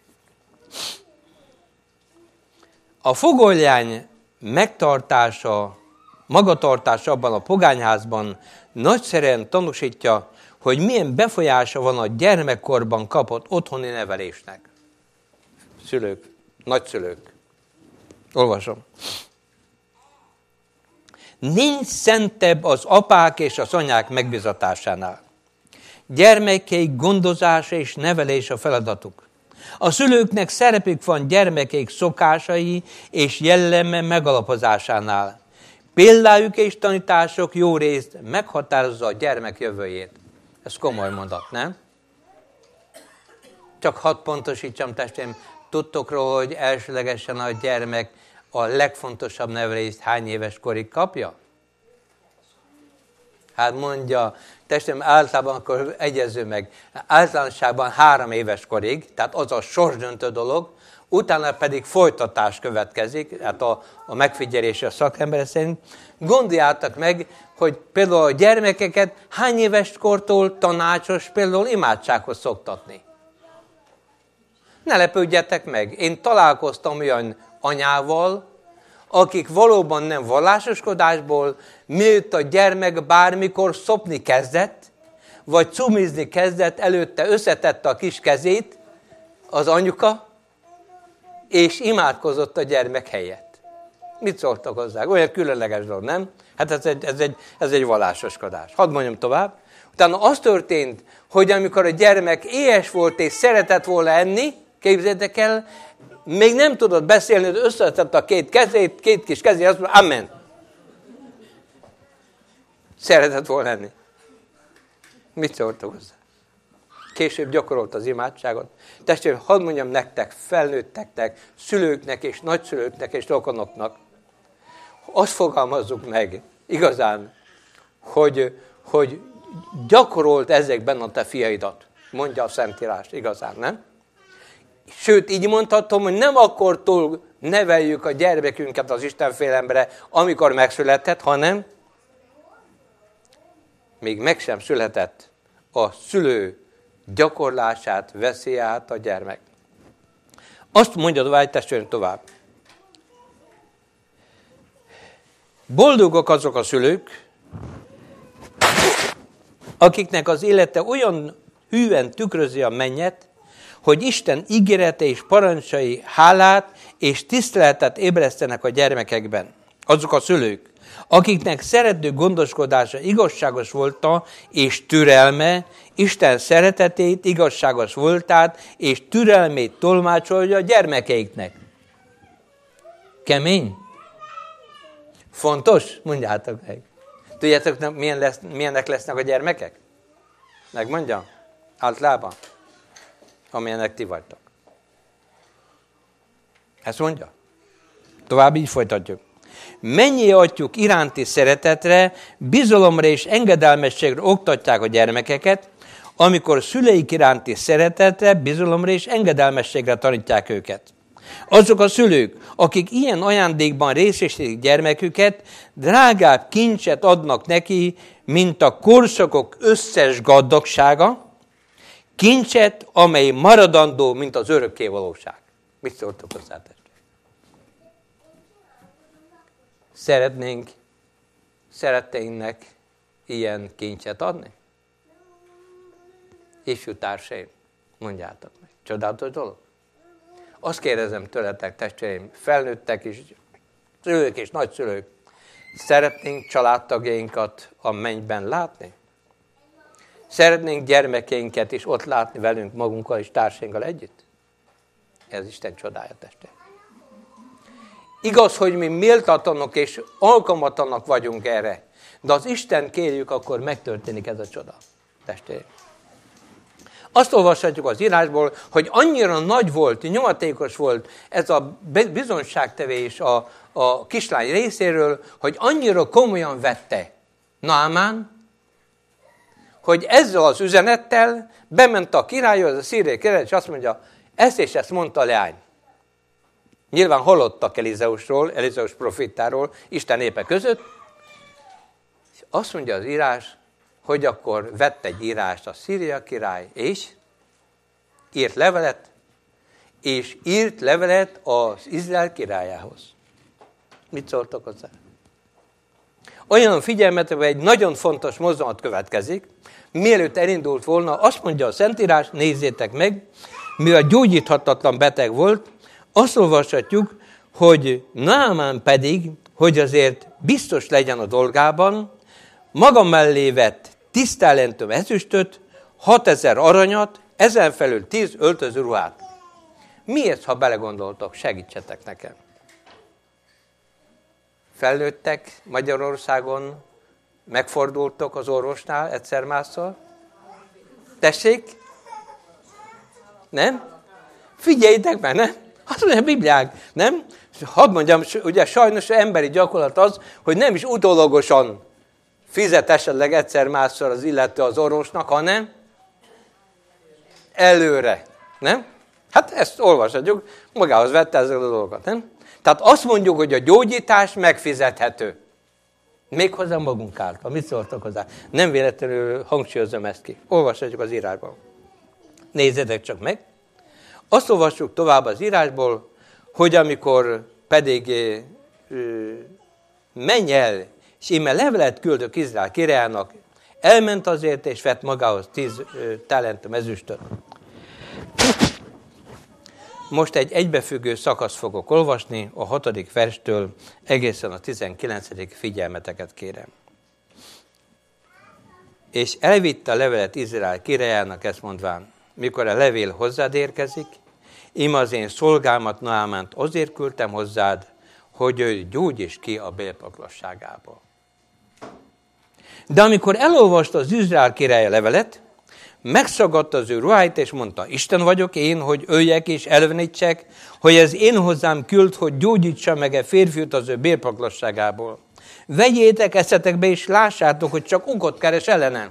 A fogolylány megtartása, magatartása abban a pogányházban nagyszerűen tanúsítja, hogy milyen befolyása van a gyermekkorban kapott otthoni nevelésnek. Szülők, nagyszülők. Olvasom. Nincs szentebb az apák és az anyák megbizatásánál. Gyermekeik gondozása és nevelés a feladatuk. A szülőknek szerepük van gyermekeik szokásai és jelleme megalapozásánál. Példájuk és tanítások jó részt meghatározza a gyermek jövőjét. Ez komoly mondat, nem? Csak hadd pontosítsam, testvérem, tudtok róla, hogy elsőlegesen a gyermek a legfontosabb nevelést hány éves korig kapja? Hát mondja, testvérem, általában akkor egyezzük meg, általánosságban 3 éves korig, tehát az a sorsdöntő dolog, utána pedig folytatás következik, hát a megfigyelése a szakember szerint. Gondoljátok meg, hogy például a gyermekeket hány éves kortól tanácsos például imádsághoz szoktatni. Ne lepődjetek meg, én találkoztam olyan anyával, akik valóban nem vallásoskodásból, miért a gyermek bármikor szopni kezdett, vagy cumizni kezdett, előtte összetette a kis kezét az anyuka, és imádkozott a gyermek helyett. Mit szóltak hozzá? Olyan különleges dolog, nem? Hát ez egy vallásoskodás. Hadd mondjam tovább. Utána az történt, hogy amikor a gyermek éhes volt és szeretett volna enni, képzeljétek el, még nem tudott beszélni, hogy összetette a két kis kezét, azt mondta, amen. Szeretett volna enni. Mit szóltak hozzá? Később gyakorolt az imádságot. Testvérem, hadd mondjam nektek, felnőtteknek, szülőknek és nagyszülőknek és rokonoknak, azt fogalmazzuk meg igazán, hogy gyakorolt ezekben a te fiaidat, mondja a Szentírás, igazán, nem? Sőt, így mondhatom, hogy nem akkortól neveljük a gyermekünket az Istenfélelemre, amikor megszületett, hanem még meg sem született, a szülő gyakorlását veszi át a gyermek. Azt mondja tovább, testvérem, tovább. Boldogok azok a szülők, akiknek az élete olyan hűen tükrözi a mennyet, hogy Isten ígérete és parancsai hálát és tiszteletet ébresztenek a gyermekekben. Azok a szülők, akiknek szerető gondoskodása igazságos volta és türelme, Isten szeretetét, igazságos voltát és türelmét tolmácsolja a gyermekeiknek. Kemény? Fontos? Mondjátok meg. Tudjátok, milyenek lesznek a gyermekek? Megmondjam? Általában? Amilyenek ti vagytok. Ezt mondja? Tovább így folytatjuk. Mennyi atyuk iránti szeretetre, bizalomra és engedelmességre oktatják a gyermekeket, amikor szüleik iránti szeretetre, bizalomra és engedelmességre tanítják őket. Azok a szülők, akik ilyen ajándékban részesítik gyermeküket, drágább kincset adnak neki, mint a korszakok összes gazdagsága, kincset, amely maradandó, mint az örökké valóság. Mit szóltok hozzá, testvérek? Szeretnénknek ilyen kincset adni? Ifjú társaim, mondjátok meg. Csodálatos dolog? Azt kérdezem tőletek, testvéreim, felnőttek is, szülők és nagyszülők, szeretnénk családtagjainkat a mennyben látni? Szeretnénk gyermekeinket is ott látni velünk, magunkkal és társainkkal együtt? Ez Isten csodája, testvérem. Igaz, hogy mi méltatlanok és alkalmatlanok vagyunk erre, de az Isten kérjük, akkor megtörténik ez a csoda, testvérem. Azt olvashatjuk az írásból, hogy annyira nagy volt, nyomatékos volt ez a bizonyságtevés a kislány részéről, hogy annyira komolyan vette Naamán, hogy ezzel az üzenettel bement a királyhoz, a szíriai király, és azt mondja, ezt és ezt mondta a leány. Nyilván hallottak Elizeus profétáról, Isten népe között, és azt mondja az írás, hogy akkor vett egy írást a szíria király, és írt levelet az Izrael királyához. Mit szóltak hozzá? Olyan figyelmetekben egy nagyon fontos mozdulat következik, mielőtt elindult volna, azt mondja a Szentírás, nézzétek meg, mivel gyógyíthatatlan beteg volt, azt olvashatjuk, hogy Naamán pedig, hogy azért biztos legyen a dolgában, maga mellé vett 10 talentum ezüstöt, 6000 aranyat, ezen felül 10 öltöző ruhát. Miért, ha belegondoltok, segítsetek nekem? Felnőttek Magyarországon, megfordultok az orvosnál egyszer-másszor? Tessék? Nem? Figyeljétek meg, nem? Azt mondja a Bibliák, nem? Hadd mondjam, ugye sajnos emberi gyakorlat az, hogy nem is utólagosan fizet esetleg egyszer-másszor az illető az orvosnak, hanem előre, nem? Hát ezt olvashatjuk, magához vette ezeket a dolgokat, nem? Tehát azt mondjuk, hogy a gyógyítás megfizethető. Méghozzá magunk által. Mit szóltak hozzá? Nem véletlenül hangsúlyozom ezt ki. Olvashatjuk az írásból. Nézzétek csak meg. Azt olvassuk tovább az írásból, hogy amikor pedig menj el, és íme levelet küldök Izrael királyának, elment azért, és vett magához 10 talent ezüstöt. Most egy egybefüggő szakaszt fogok olvasni, a 6. verstől egészen a 19. figyelmeteket kérem. És elvitte a levelet Izrael királyának, ezt mondván, mikor a levél hozzád érkezik, íme az én szolgámat Naamánt azért küldtem hozzád, hogy ő gyógyíts ki a bélpaklasságából. De amikor elolvasta az Izrael király levelet, megszagadta az ő ruháit, és mondta, Isten vagyok én, hogy öljek és elvenítsek, hogy ez én hozzám küld, hogy gyógyítsa meg a férfiút az ő bélpaklasságából. Vegyétek eszetekbe, és lássátok, hogy csak okot keres ellenen.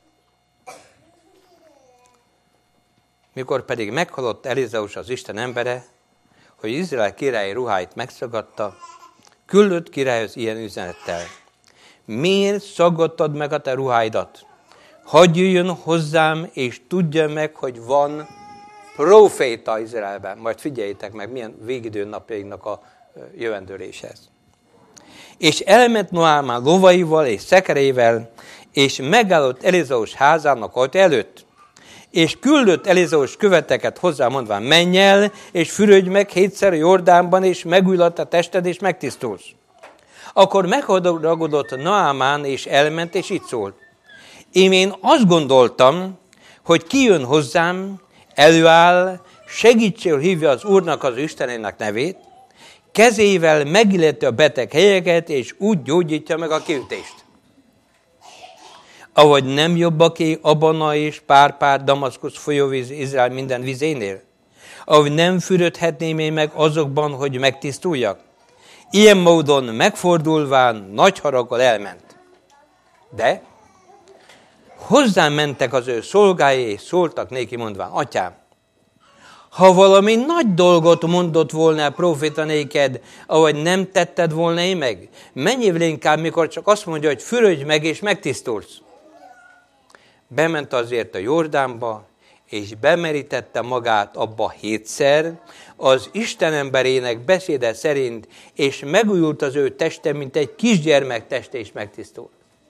Mikor pedig meghalott Elizeus az Isten embere, hogy Izrael király ruháit megszagadta, küldött királyhoz ilyen üzenettel. Miért szaggattad meg a te ruháidat? Hadd jöjjön hozzám, és tudja meg, hogy van proféta Izraelben. Majd figyeljétek meg, milyen végidő napjainknak a jövendőlése ez. És elment Noámán lovaival és szekerével, és megállott Elizeus házának ajtó előtt. És küldött Elizeus követeket hozzá, mondván, menj el, és fürödj meg 7-szer a Jordánban, és megújulott a tested, és megtisztulsz. Akkor megharagodott Noámán, és elment, és így szólt. Én azt gondoltam, hogy kijön hozzám, előáll, segítségül hívja az Úrnak, az Istenének nevét, kezével megilleti a beteg helyeket, és úgy gyógyítja meg a kiütést. Ahogy nem jobbaké Abana és Párpár, Damaszkusz folyóvíz Izrael minden vizénél? Ahogy nem fürödhetném én meg azokban, hogy megtisztuljak? Ilyen módon megfordulván nagy haraggal elment. De hozzám mentek az ő szolgái, és szóltak néki mondván, atyám, ha valami nagy dolgot mondott volna a proféta néked, ahogy nem tetted volna én meg, menjél inkább, mikor csak azt mondja, hogy fürödj meg, és megtisztulsz. Bement azért a Jordánba, és bemerítette magát abba 7-szer, az Isten emberének beszéde szerint, és megújult az ő teste, mint egy kisgyermek teste, és megtisztult.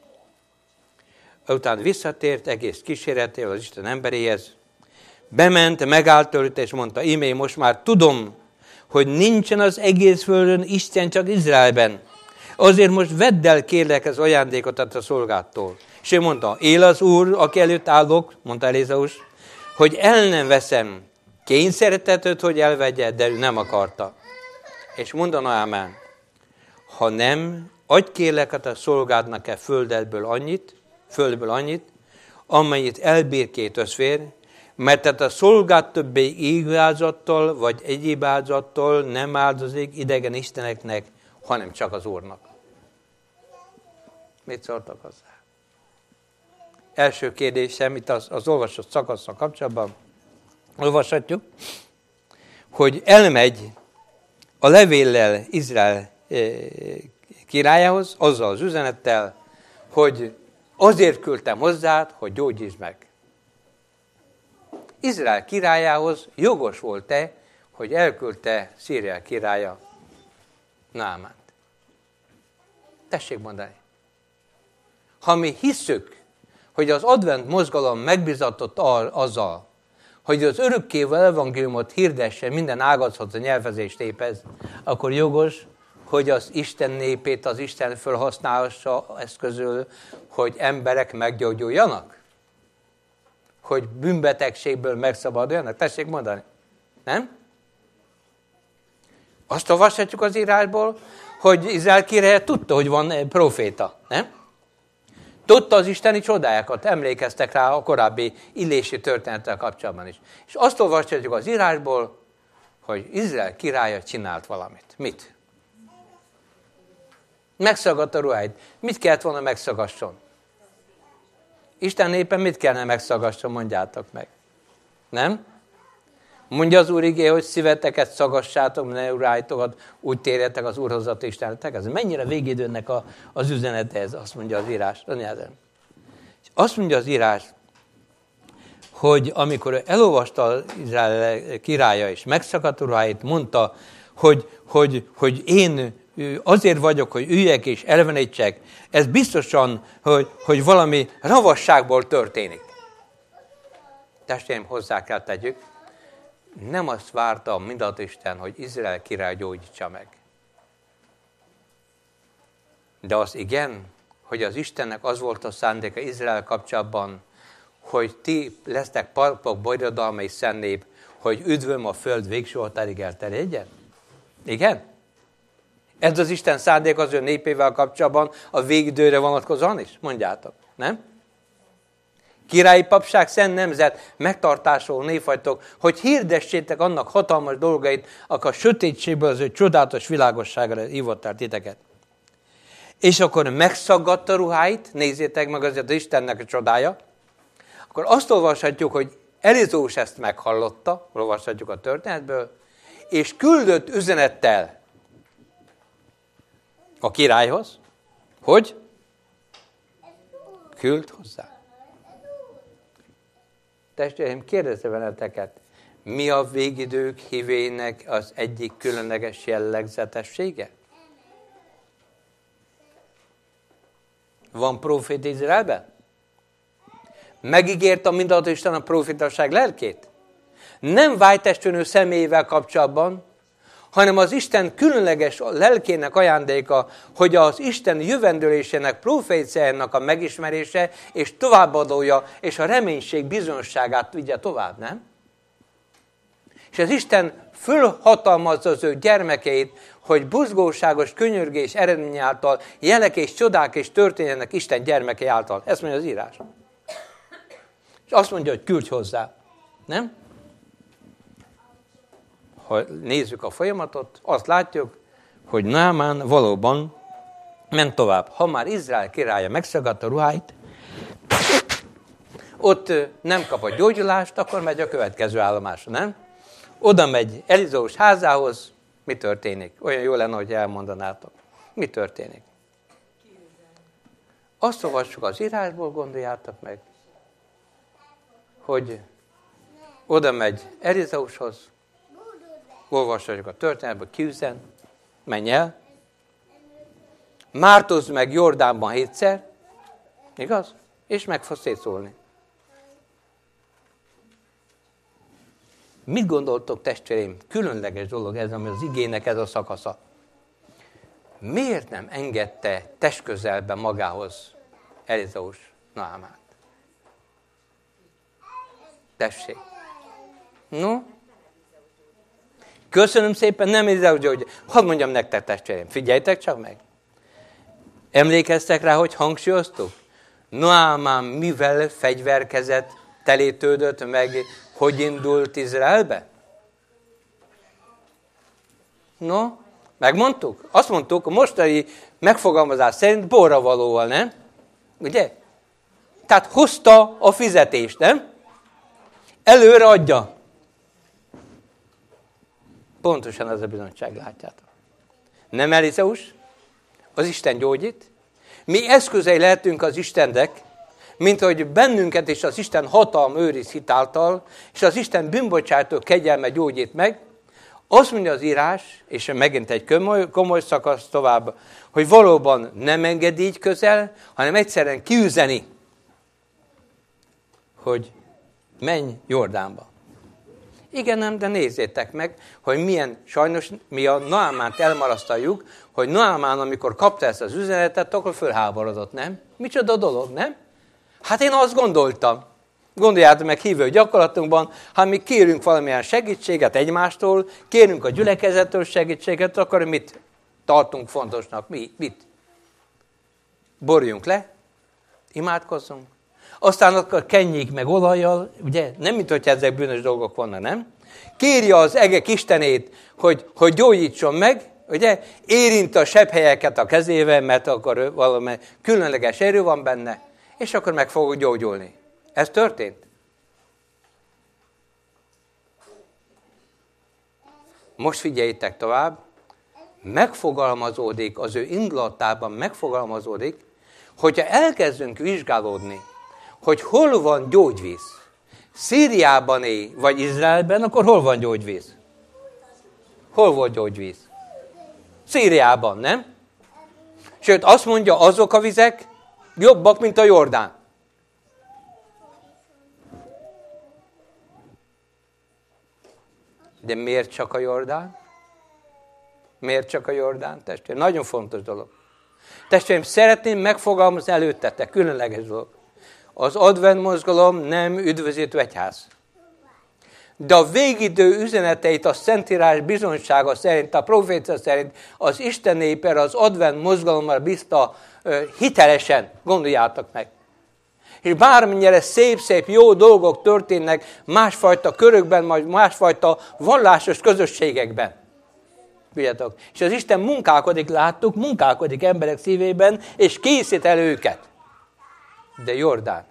Után visszatért egész kíséretével az Isten emberéhez, bement, megállt előtte, és mondta, íme most már tudom, hogy nincsen az egész földön Isten, csak Izraelben. Azért most vedd el, kérlek, az ajándékot a szolgától. És ő mondta, él az Úr, aki előtt állok, mondta Elizeus, hogy el nem veszem. Kényszerítetted, hogy elvegye, de ő nem akarta. És mondta Noámán, ha nem, adj kérlek a szolgádnak földből annyit, amennyit elbír 2 összfér, mert tehát a szolgád többé égáldozattól, vagy egyéb áldozattól nem áldozik idegen isteneknek, hanem csak az Úrnak. Mit szóltak hozzá? Első kérdésem, itt az olvasott szakaszsal kapcsolatban olvashatjuk, hogy elmegy a levéllel Izrael királyához, azzal az üzenettel, hogy azért küldtem hozzád, hogy gyógyítsd meg. Izrael királyához jogos volt-e, hogy elküldte Szíria királya Naamánt? Tessék mondani. Ha mi hisszük, hogy az advent mozgalom megbizatott azzal, hogy az örökkévaló evangéliumot hirdesse, minden ágazható nyelvezést épez, akkor jogos, hogy az Isten népét az Isten felhasználhassa eszközül, hogy emberek meggyógyuljanak? Hogy bűnbetegségből megszabaduljanak? Tessék mondani. Nem? Azt olvashatjuk az írásból, hogy Izrael király tudta, hogy van proféta. Nem? Tudta az isteni csodájákat, emlékeztek rá a korábbi illési történettel kapcsolatban is. És azt olvashatjuk az írásból, hogy Izrael királya csinált valamit. Mit? Megszagadt a ruháit. Mit kellett volna megszagasson? Isten népen mit kellene megszagasson, mondjátok meg. Nem? Mondja az Úr igéje, hogy szíveteket szagassátok, ne uráljátok, úgy térjetek az Úrhoz a ti istenetek. Ez mennyire végidőnek az üzenete ez, azt mondja az írás. Azt mondja az írás, hogy amikor elolvasta Izrael királya és megszakadt ruháit, mondta, hogy én azért vagyok, hogy üljek és elvenítsek, ez biztosan, hogy valami ravasságból történik. Testvéreim, hozzá kell tegyük, nem azt várta a mindenható Isten, hogy Izrael király gyógyítsa meg. De az igen, hogy az Istennek az volt a szándéka Izrael kapcsolatban, hogy ti lesznek papok, bajradalma és szent nép, hogy üdvöm a föld végső határig elterjedjen. Igen? Ez az Isten szándék az ő népével kapcsolatban a végidőre vonatkozóan is? Mondjátok, nem? Királyi papság, szent nemzet, megtartásról névhagytok, hogy hirdessétek annak hatalmas dolgait, akkor a sötétségből az ő csodálatos világosságra hívott el titeket. És akkor megszaggatta ruháit, nézzétek meg azért az Istennek a csodája, akkor azt olvashatjuk, hogy Elizós ezt meghallotta, olvashatjuk a történetből, és küldött üzenettel a királyhoz, hogy küld hozzá. Testvéreim, kérdezze veleteket, mi a végidők hívének az egyik különleges jellegzetessége? Van prófét Izraelben? Megígért a mindenható Isten a prófétasság lelkét? Nem vágytestvenő személyével kapcsolatban, hanem az Isten különleges lelkének ajándéka, hogy az Isten jövendőlésének, proféciájának a megismerése és továbbadója, és a reménység bizonyosságát vigye tovább, nem? És az Isten fölhatalmazza az ő gyermekeit, hogy buzgóságos könyörgés eredmény által jelek és csodák és történjenek Isten gyermekei által. Ezt mondja az írás. És azt mondja, hogy küldj hozzá. Nem? Ha nézzük a folyamatot, azt látjuk, hogy Námán valóban ment tovább. Ha már Izrael királya megszagadta ruháit, ott nem kapott gyógyulást, akkor megy a következő állomásra, nem? Oda megy Elizós házához, mi történik? Olyan jó lenne, hogy elmondanátok. Mi történik? Azt olvassuk az írásból, gondoljátok meg, hogy oda megy Elizóshoz, olvashatjuk a történetből, kiüzen, menj el, mártozz meg Jordánban 7-szer, igaz? És meg fogsz szétszólni. Mit gondoltok, testvéreim? Különleges dolog ez, ami az igének ez a szakasza. Miért nem engedte testközelbe magához Elizós Námát? Tessék. No? Köszönöm szépen, nem Elizós, hogy hadd mondjam nektek, testvéreim, figyeljetek csak meg. Emlékeztek rá, hogy hangsúlyoztuk? Námán mivel fegyverkezett, telítődött meg, hogy indult Izraelbe? No, megmondtuk? Azt mondtuk, a mostani megfogalmazás szerint borravalóval, nem? Ugye? Tehát hozta a fizetést, nem? Előre adja. Pontosan ez a bizonyság, látjátok. Nem Elizós, az Isten gyógyít. Mi eszközei lehetünk az Istennek, mint hogy bennünket is az Isten hatalma őriz hitáltal, és az Isten bűnbocsátó kegyelme gyógyít meg. Azt mondja az írás, és megint egy komoly szakasz tovább, hogy valóban nem enged így közel, hanem egyszerűen kiüzeni, hogy menj Jordánba. Igen, nem, de nézzétek meg, hogy milyen, sajnos mi a Námánt elmarasztaljuk, hogy Námán, amikor kapta ezt az üzenetet, akkor fölháborodott, nem? Micsoda dolog, nem? Hát én azt gondoltam. Gondoljátok meg hívő gyakorlatunkban, ha mi kérünk valamilyen segítséget egymástól, kérünk a gyülekezettől segítséget, akkor mit tartunk fontosnak? Mit? Borjunk le, imádkozzunk. Aztán akkor kenjék meg olajjal, ugye? Nem, mint hogyha ezek bűnös dolgok vannak, nem? Kérje az egek istenét, hogy gyógyítson meg, ugye? Érint a sebhelyeket a kezével, mert akkor valami különleges erő van benne, és akkor meg fogok gyógyulni. Ez történt? Most figyeljétek tovább, megfogalmazódik, az ő indulatában megfogalmazódik, hogyha elkezdünk vizsgálódni, hogy hol van gyógyvíz, Szíriában vagy Izraelben, akkor hol van gyógyvíz? Hol volt gyógyvíz? Szíriában, nem? Sőt, azt mondja, azok a vizek jobbak, mint a Jordán. De miért csak a Jordán? Miért csak a Jordán, testvérem? Nagyon fontos dolog. Testvérem, szeretném megfogalmazni előttetek, különleges dolog. Az advent mozgalom nem üdvözítő egyház. De a végidő üzeneteit a Szentírás bizonysága szerint, a profécia szerint az Isten népe az advent mozgalommal bízta hitelesen, gondoljátok meg. És bármennyire szép jó dolgok történnek másfajta körökben, vagy másfajta vallásos közösségekben. Tudjátok? És az Isten munkálkodik, láttuk, munkálkodik emberek szívében, és készít el őket. De Jordán.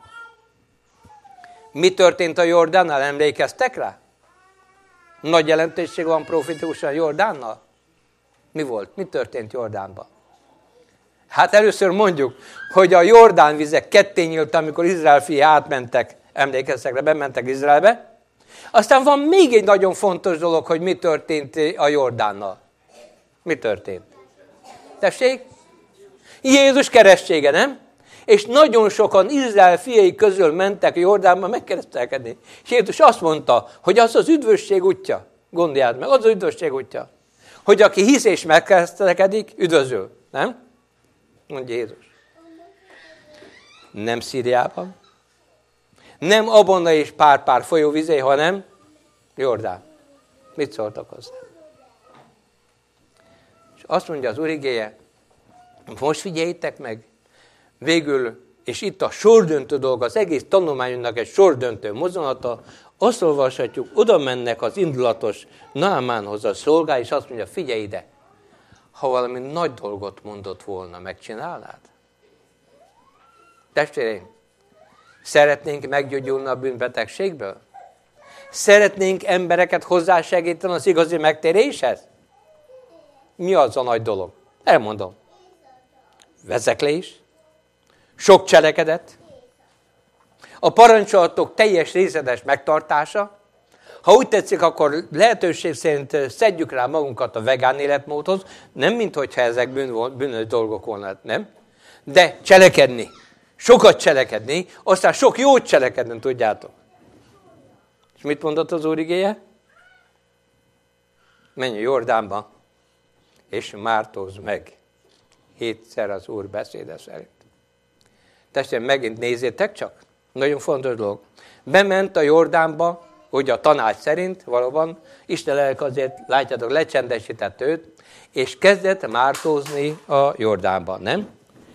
Mi történt a Jordánnal? Emlékeztek rá? Nagy jelentőség van profétikusan Jordánnal? Mi volt? Mi történt Jordánban? Hát először mondjuk, hogy a Jordán vizek ketté nyílt, amikor Izrael fiai átmentek, emlékeztek rá, bementek Izraelbe. Aztán van még egy nagyon fontos dolog, hogy mi történt a Jordánnal. Mi történt? Tessék? Jézus keresztsége, nem? És nagyon sokan Izrael fiai közül mentek a Jordánba megkeresztelkedni. És Jézus azt mondta, hogy az az üdvösség útja. Gondoljád meg, az az üdvösség útja. Hogy aki hisz és megkeresztelkedik, üdvözül. Nem? Mondja Jézus. Nem Szíriában. Nem Abona és pár folyóvizé, hanem Jordán. Mit szóltak hozzá? És azt mondja az Úr igéje, most figyeljétek meg, végül, és itt a sordöntő dolog, az egész tanulmányunknak egy sordöntő mozzanata, azt olvashatjuk, oda mennek az indulatos Naamánhoz a szolgái, és azt mondja, figyelj ide, ha valami nagy dolgot mondott volna, megcsinálnád? Testvéreim, szeretnénk meggyógyulni a bűnbetegségből? Szeretnénk embereket hozzásegíteni az igazi megtéréshez? Mi az a nagy dolog? Elmondom. Vezeklés, sok cselekedet, a parancsolatok teljes részletes megtartása. Ha úgy tetszik, akkor lehetőség szerint szedjük rá magunkat a vegán életmódhoz, nem minthogyha ezek bűnös dolgok volna, nem? De cselekedni, sokat cselekedni, aztán sok jót cselekedni, tudjátok. És mit mondott az Úr igéje? Menj a Jordánba, és mártózz meg. 7-szer az Úr beszéde szerint. Testvérem, megint nézzétek csak. Nagyon fontos dolog. Bement a Jordánba, ugye a tanács szerint, valóban, Isten lelke azért, látjátok, lecsendesített őt, és kezdett mártózni a Jordánban, nem?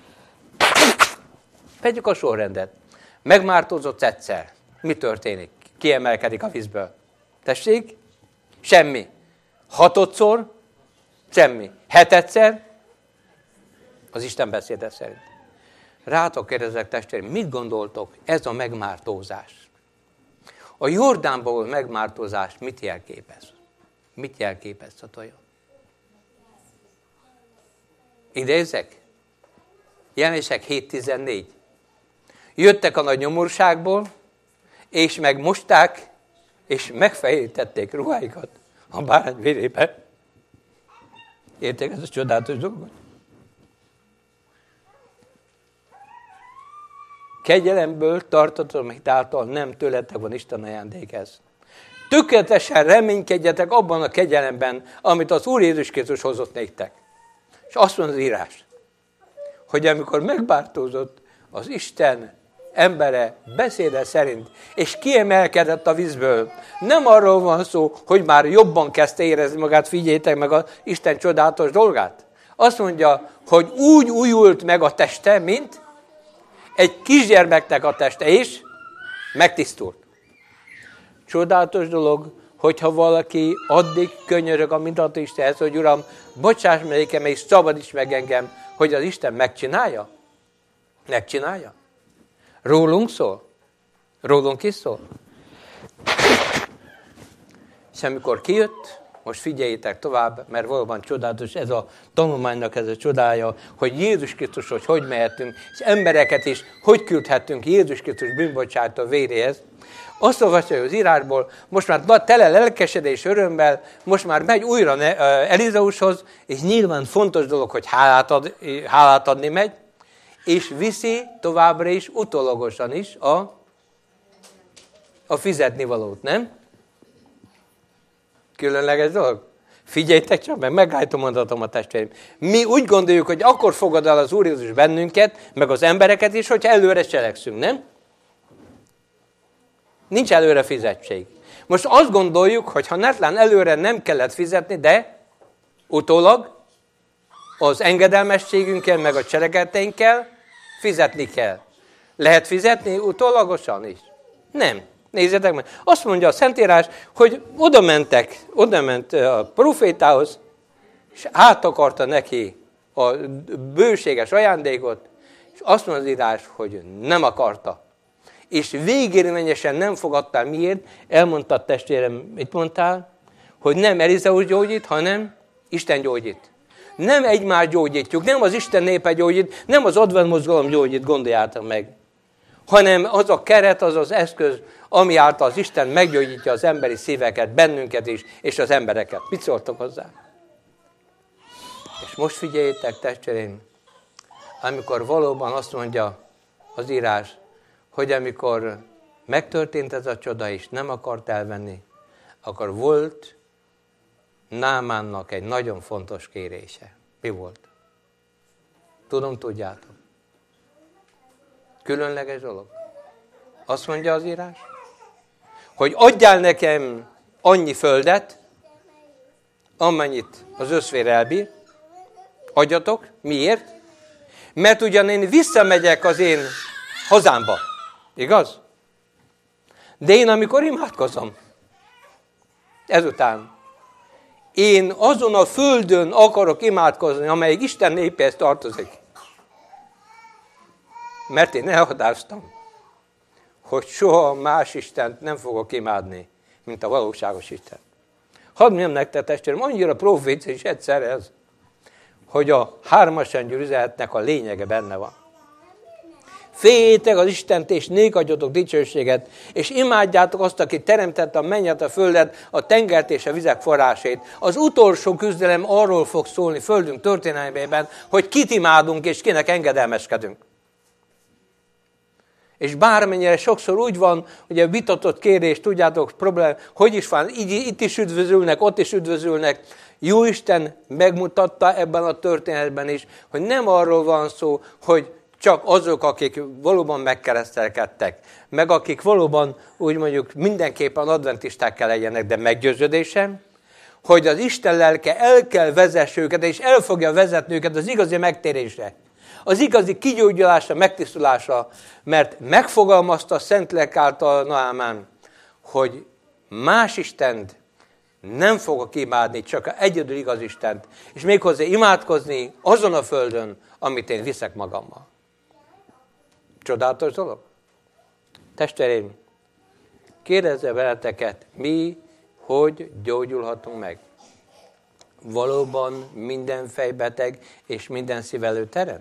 Vegyük a sorrendet. Megmártózott egyszer. Mi történik? Kiemelkedik a vízből. Tessék? Semmi. 6-szor? Semmi. 7-szer? Az Isten beszéde szerint. Rátok kérdezek, testvérem, mit gondoltok ez a megmártózás? A Jordánból megmártózás mit jelképez? Mit jelképez a toja? Idézzek? Jelenések 7.14. Jöttek a nagy nyomorságból, és megmosták, és megfehérítették ruháikat a bárány vérébe. Értek ez a csodálatos dolgot? Kegyelemből, tartatalomhitáltal nem tőletek van Isten ajándékhez. Tökéletesen reménykedjetek abban a kegyelemben, amit az Úr Jézus Krisztus hozott nektek. És azt mondja az írás, hogy amikor megbártózott az Isten embere beszéde szerint, és kiemelkedett a vízből, nem arról van szó, hogy már jobban kezdte érezni magát, figyeljétek meg az Isten csodálatos dolgát. Azt mondja, hogy úgy újult meg a teste, mint egy kisgyermeknek a teste, és megtisztult. Csodálatos dolog, hogyha valaki addig könyörög a mindenható Istenhez, hogy Uram, bocsáss meg nekem, és szabadíts meg engem, hogy az Isten megcsinálja? Megcsinálja? Rólunk szól? Rólunk is szól? És amikor kijött, Most figyeljétek tovább, mert valóban csodálatos ez a tanulmánynak ez a csodája, hogy Jézus Krisztushoz hogy mehetünk, és embereket is hogy küldhetünk Jézus Krisztus bűnbocsátó véréhez. Azt olvasja az írásból, most már tele lelkesedés örömmel, most már megy újra Elizeushoz, és nyilván fontos dolog, hogy hálát adni megy, és viszi továbbra is utólagosan is a fizetnivalót, nem? Különleges dolog? Figyeljtek csak meg, megállítom mondatom a testvérim. Mi úgy gondoljuk, hogy akkor fogad el az Úr Jézus bennünket, meg az embereket is, hogyha előre cselekszünk, nem? Nincs előre fizetség. Most azt gondoljuk, hogy ha netlán előre nem kellett fizetni, de utólag az engedelmességünkkel, meg a cselekedeteinkkel fizetni kell. Lehet fizetni utólagosan is? Nem. Nézzétek meg. Azt mondja a Szentírás, hogy odament a profétához, és át akarta neki a bőséges ajándékot, és azt mondja az írás, hogy nem akarta. És végérvényesen nem fogadtál. Miért? Elmondta a testvérem, mit mondtál? Hogy nem Elizeus gyógyít, hanem Isten gyógyít. Nem egymást gyógyítjuk, nem az Isten népe gyógyít, nem az advent mozgalom gyógyít, gondoljátok meg. Hanem az a keret, az az eszköz, ami által az Isten meggyógyítja az emberi szíveket, bennünket is, és az embereket. Mit szóltok hozzá? És most figyeljétek, testvéreim, amikor valóban azt mondja az írás, hogy amikor megtörtént ez a csoda is, nem akart elvenni, akkor volt Námánnak egy nagyon fontos kérése. Mi volt? Tudom, tudjátok. Különleges dolog. Azt mondja az írás, hogy adjál nekem annyi földet, amennyit az összvér elbír. Adjatok. Miért? Mert ugyan én visszamegyek az én hazámba. Igaz? De én amikor imádkozom, ezután én azon a földön akarok imádkozni, amelyik Isten népéhez tartozik. Mert én elhatároztam, hogy soha más Istent nem fogok imádni, mint a valóságos Isten. Hadd mondjam nektek, testvérem, annyira profécia is egyszer ez, hogy a hármasan üzenetnek a lényege benne van. Féljétek az Istent, és nék adjatok dicsőséget, és imádjátok azt, aki teremtette a mennyet, a földet, a tengert és a vizek forrásait. Az utolsó küzdelem arról fog szólni földünk történelmében, hogy kit imádunk és kinek engedelmeskedünk. És bármennyire sokszor úgy van, hogy a vitatott kérés, tudjátok, problém, hogy is van, itt is üdvözülnek, ott is üdvözülnek. Jóisten megmutatta ebben a történetben is, hogy nem arról van szó, hogy csak azok, akik valóban megkeresztelkedtek, meg akik valóban úgy mondjuk mindenképpen adventisták kell legyenek, de meggyőződésem, hogy az Isten lelke el kell vezesse őket, és el fogja vezetni őket az igazi megtérésre. Az igazi kigyógyulásra, megtisztulásra, mert megfogalmazta a Szentlélek által Námán, hogy más Istent nem fogok imádni, csak egyedül igaz Istent, és méghozzá imádkozni azon a földön, amit én viszek magammal. Csodálatos dolog? Testvéreim, kérdezze veleteket, mi hogy gyógyulhatunk meg? Valóban minden fejbeteg és minden szívelő terem?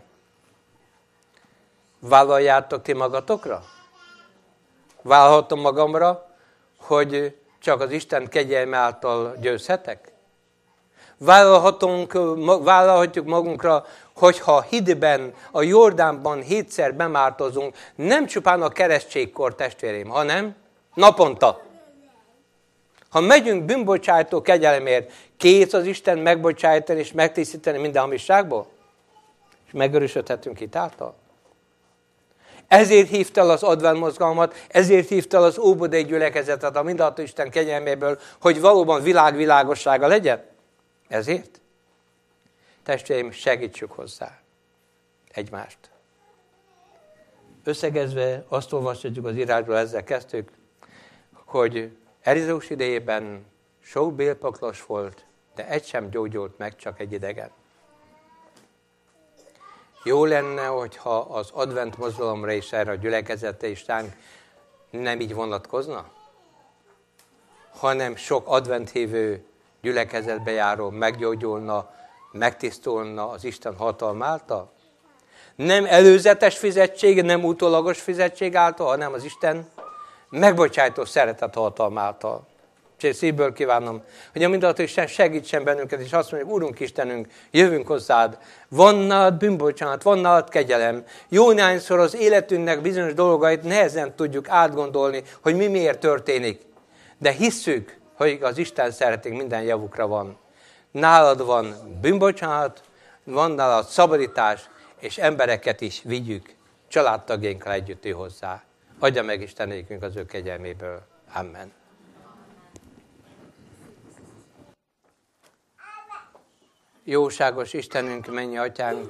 Vállaljátok ti magatokra? Vállalhatom magamra, hogy csak az Isten kegyelme által győzhetek? Vállalhatjuk magunkra, hogyha hídben, a Jordánban 7-szer bemártozunk, nem csupán a keresztségkor, testvéreim, hanem naponta. Ha megyünk bűnbocsátó kegyelmért, kész az Isten megbocsájtani és megtisztítani minden hamisságból? És megerősödhetünk itt által. Ezért hívta el az advent mozgalmat, ezért hívta el az óbudai gyülekezetet a mindenható Isten kegyelméből, hogy valóban világossága legyen. Ezért? Testvéreim, segítsük hozzá egymást. Összegezve azt olvashatjuk az írásból, ezzel kezdtük, hogy Elizeus idejében sok bélpaklos volt, de egy sem gyógyult meg, csak egy idegen. Jó lenne, hogyha az advent mozgalomra és erre a gyülekezete is ránk nem így vonatkozna, hanem sok adventhívő gyülekezetbe járó meggyógyulna, megtisztulna az Isten hatalma által? Nem előzetes fizetség, nem utólagos fizetség által, hanem az Isten megbocsájtó szeretet hatalma által. És szívből kívánom, hogy a mindenható Isten segítsen bennünket, és azt mondjuk, Úrunk Istenünk, jövünk hozzád, van nálad bűnbocsánat, van nálad kegyelem. Jó néhányszor az életünknek bizonyos dolgait nehezen tudjuk átgondolni, hogy mi miért történik. De hisszük, hogy az Isten szeretet minden javukra van. Nálad van bűnbocsánat, van nálad szabadítás, és embereket is vigyük családtagjainkkal együtt ő hozzá. Adja meg Isten nékünk az ő kegyelméből. Amen. Jóságos Istenünk, mennyi atyánk,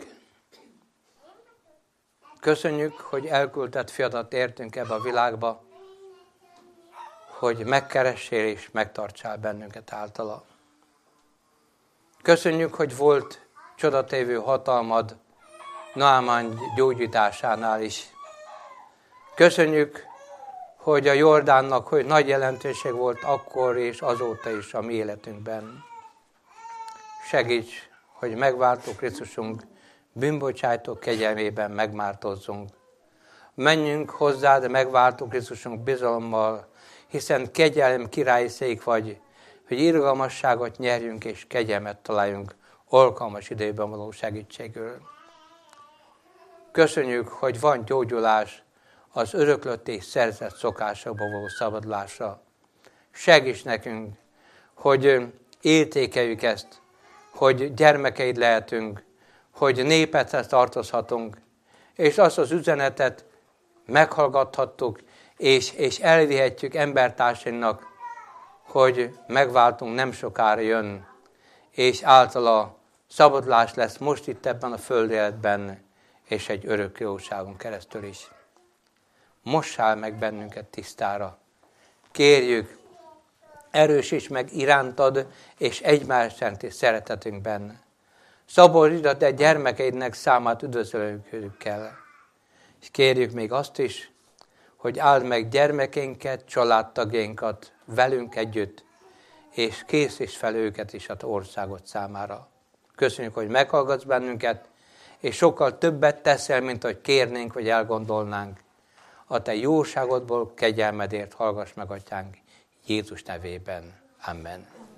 köszönjük, hogy elküldted fiadat értünk ebbe a világba, hogy megkeressél és megtartsál bennünket általa. Köszönjük, hogy volt csodatévő hatalmad Naamán gyógyításánál is. Köszönjük, hogy a Jordánnak hogy nagy jelentőség volt akkor és azóta is a mi életünkben. Segíts, hogy megváltó Krisztusunk bűnbocsájtó kegyelmében megmártozzunk. Menjünk hozzád megváltó Krisztusunk bizalommal, hiszen kegyelem királyi szék vagy, hogy irgalmasságot nyerjünk és kegyelmet találjunk alkalmas időben való segítségül. Köszönjük, hogy van gyógyulás az öröklött és szerzett szokásokból való szabadulásra. Segíts nekünk, hogy értékeljük ezt, hogy gyermekeid lehetünk, hogy népedhez tartozhatunk, és azt az üzenetet meghallgathattuk, és elvihetjük embertársainknak, hogy megváltunk, nem sokára jön, és általa szabadulás lesz most itt ebben a földéletben, és egy örök jóságon keresztül is. Mossál meg bennünket tisztára. Kérjük, erősíts meg irántad, és egymás szerinti szeretetünkben. Szabadítsd a te gyermekeidnek számát üdvözlőkkel. És kérjük még azt is, hogy áld meg gyermekeinket, családtagjainkat velünk együtt, és készíts fel őket is az országot számára. Köszönjük, hogy meghallgatsz bennünket, és sokkal többet teszel, mint hogy kérnénk, vagy elgondolnánk. A te jóságodból, kegyelmedért hallgass meg, atyánk, Jézus nevében. Amen.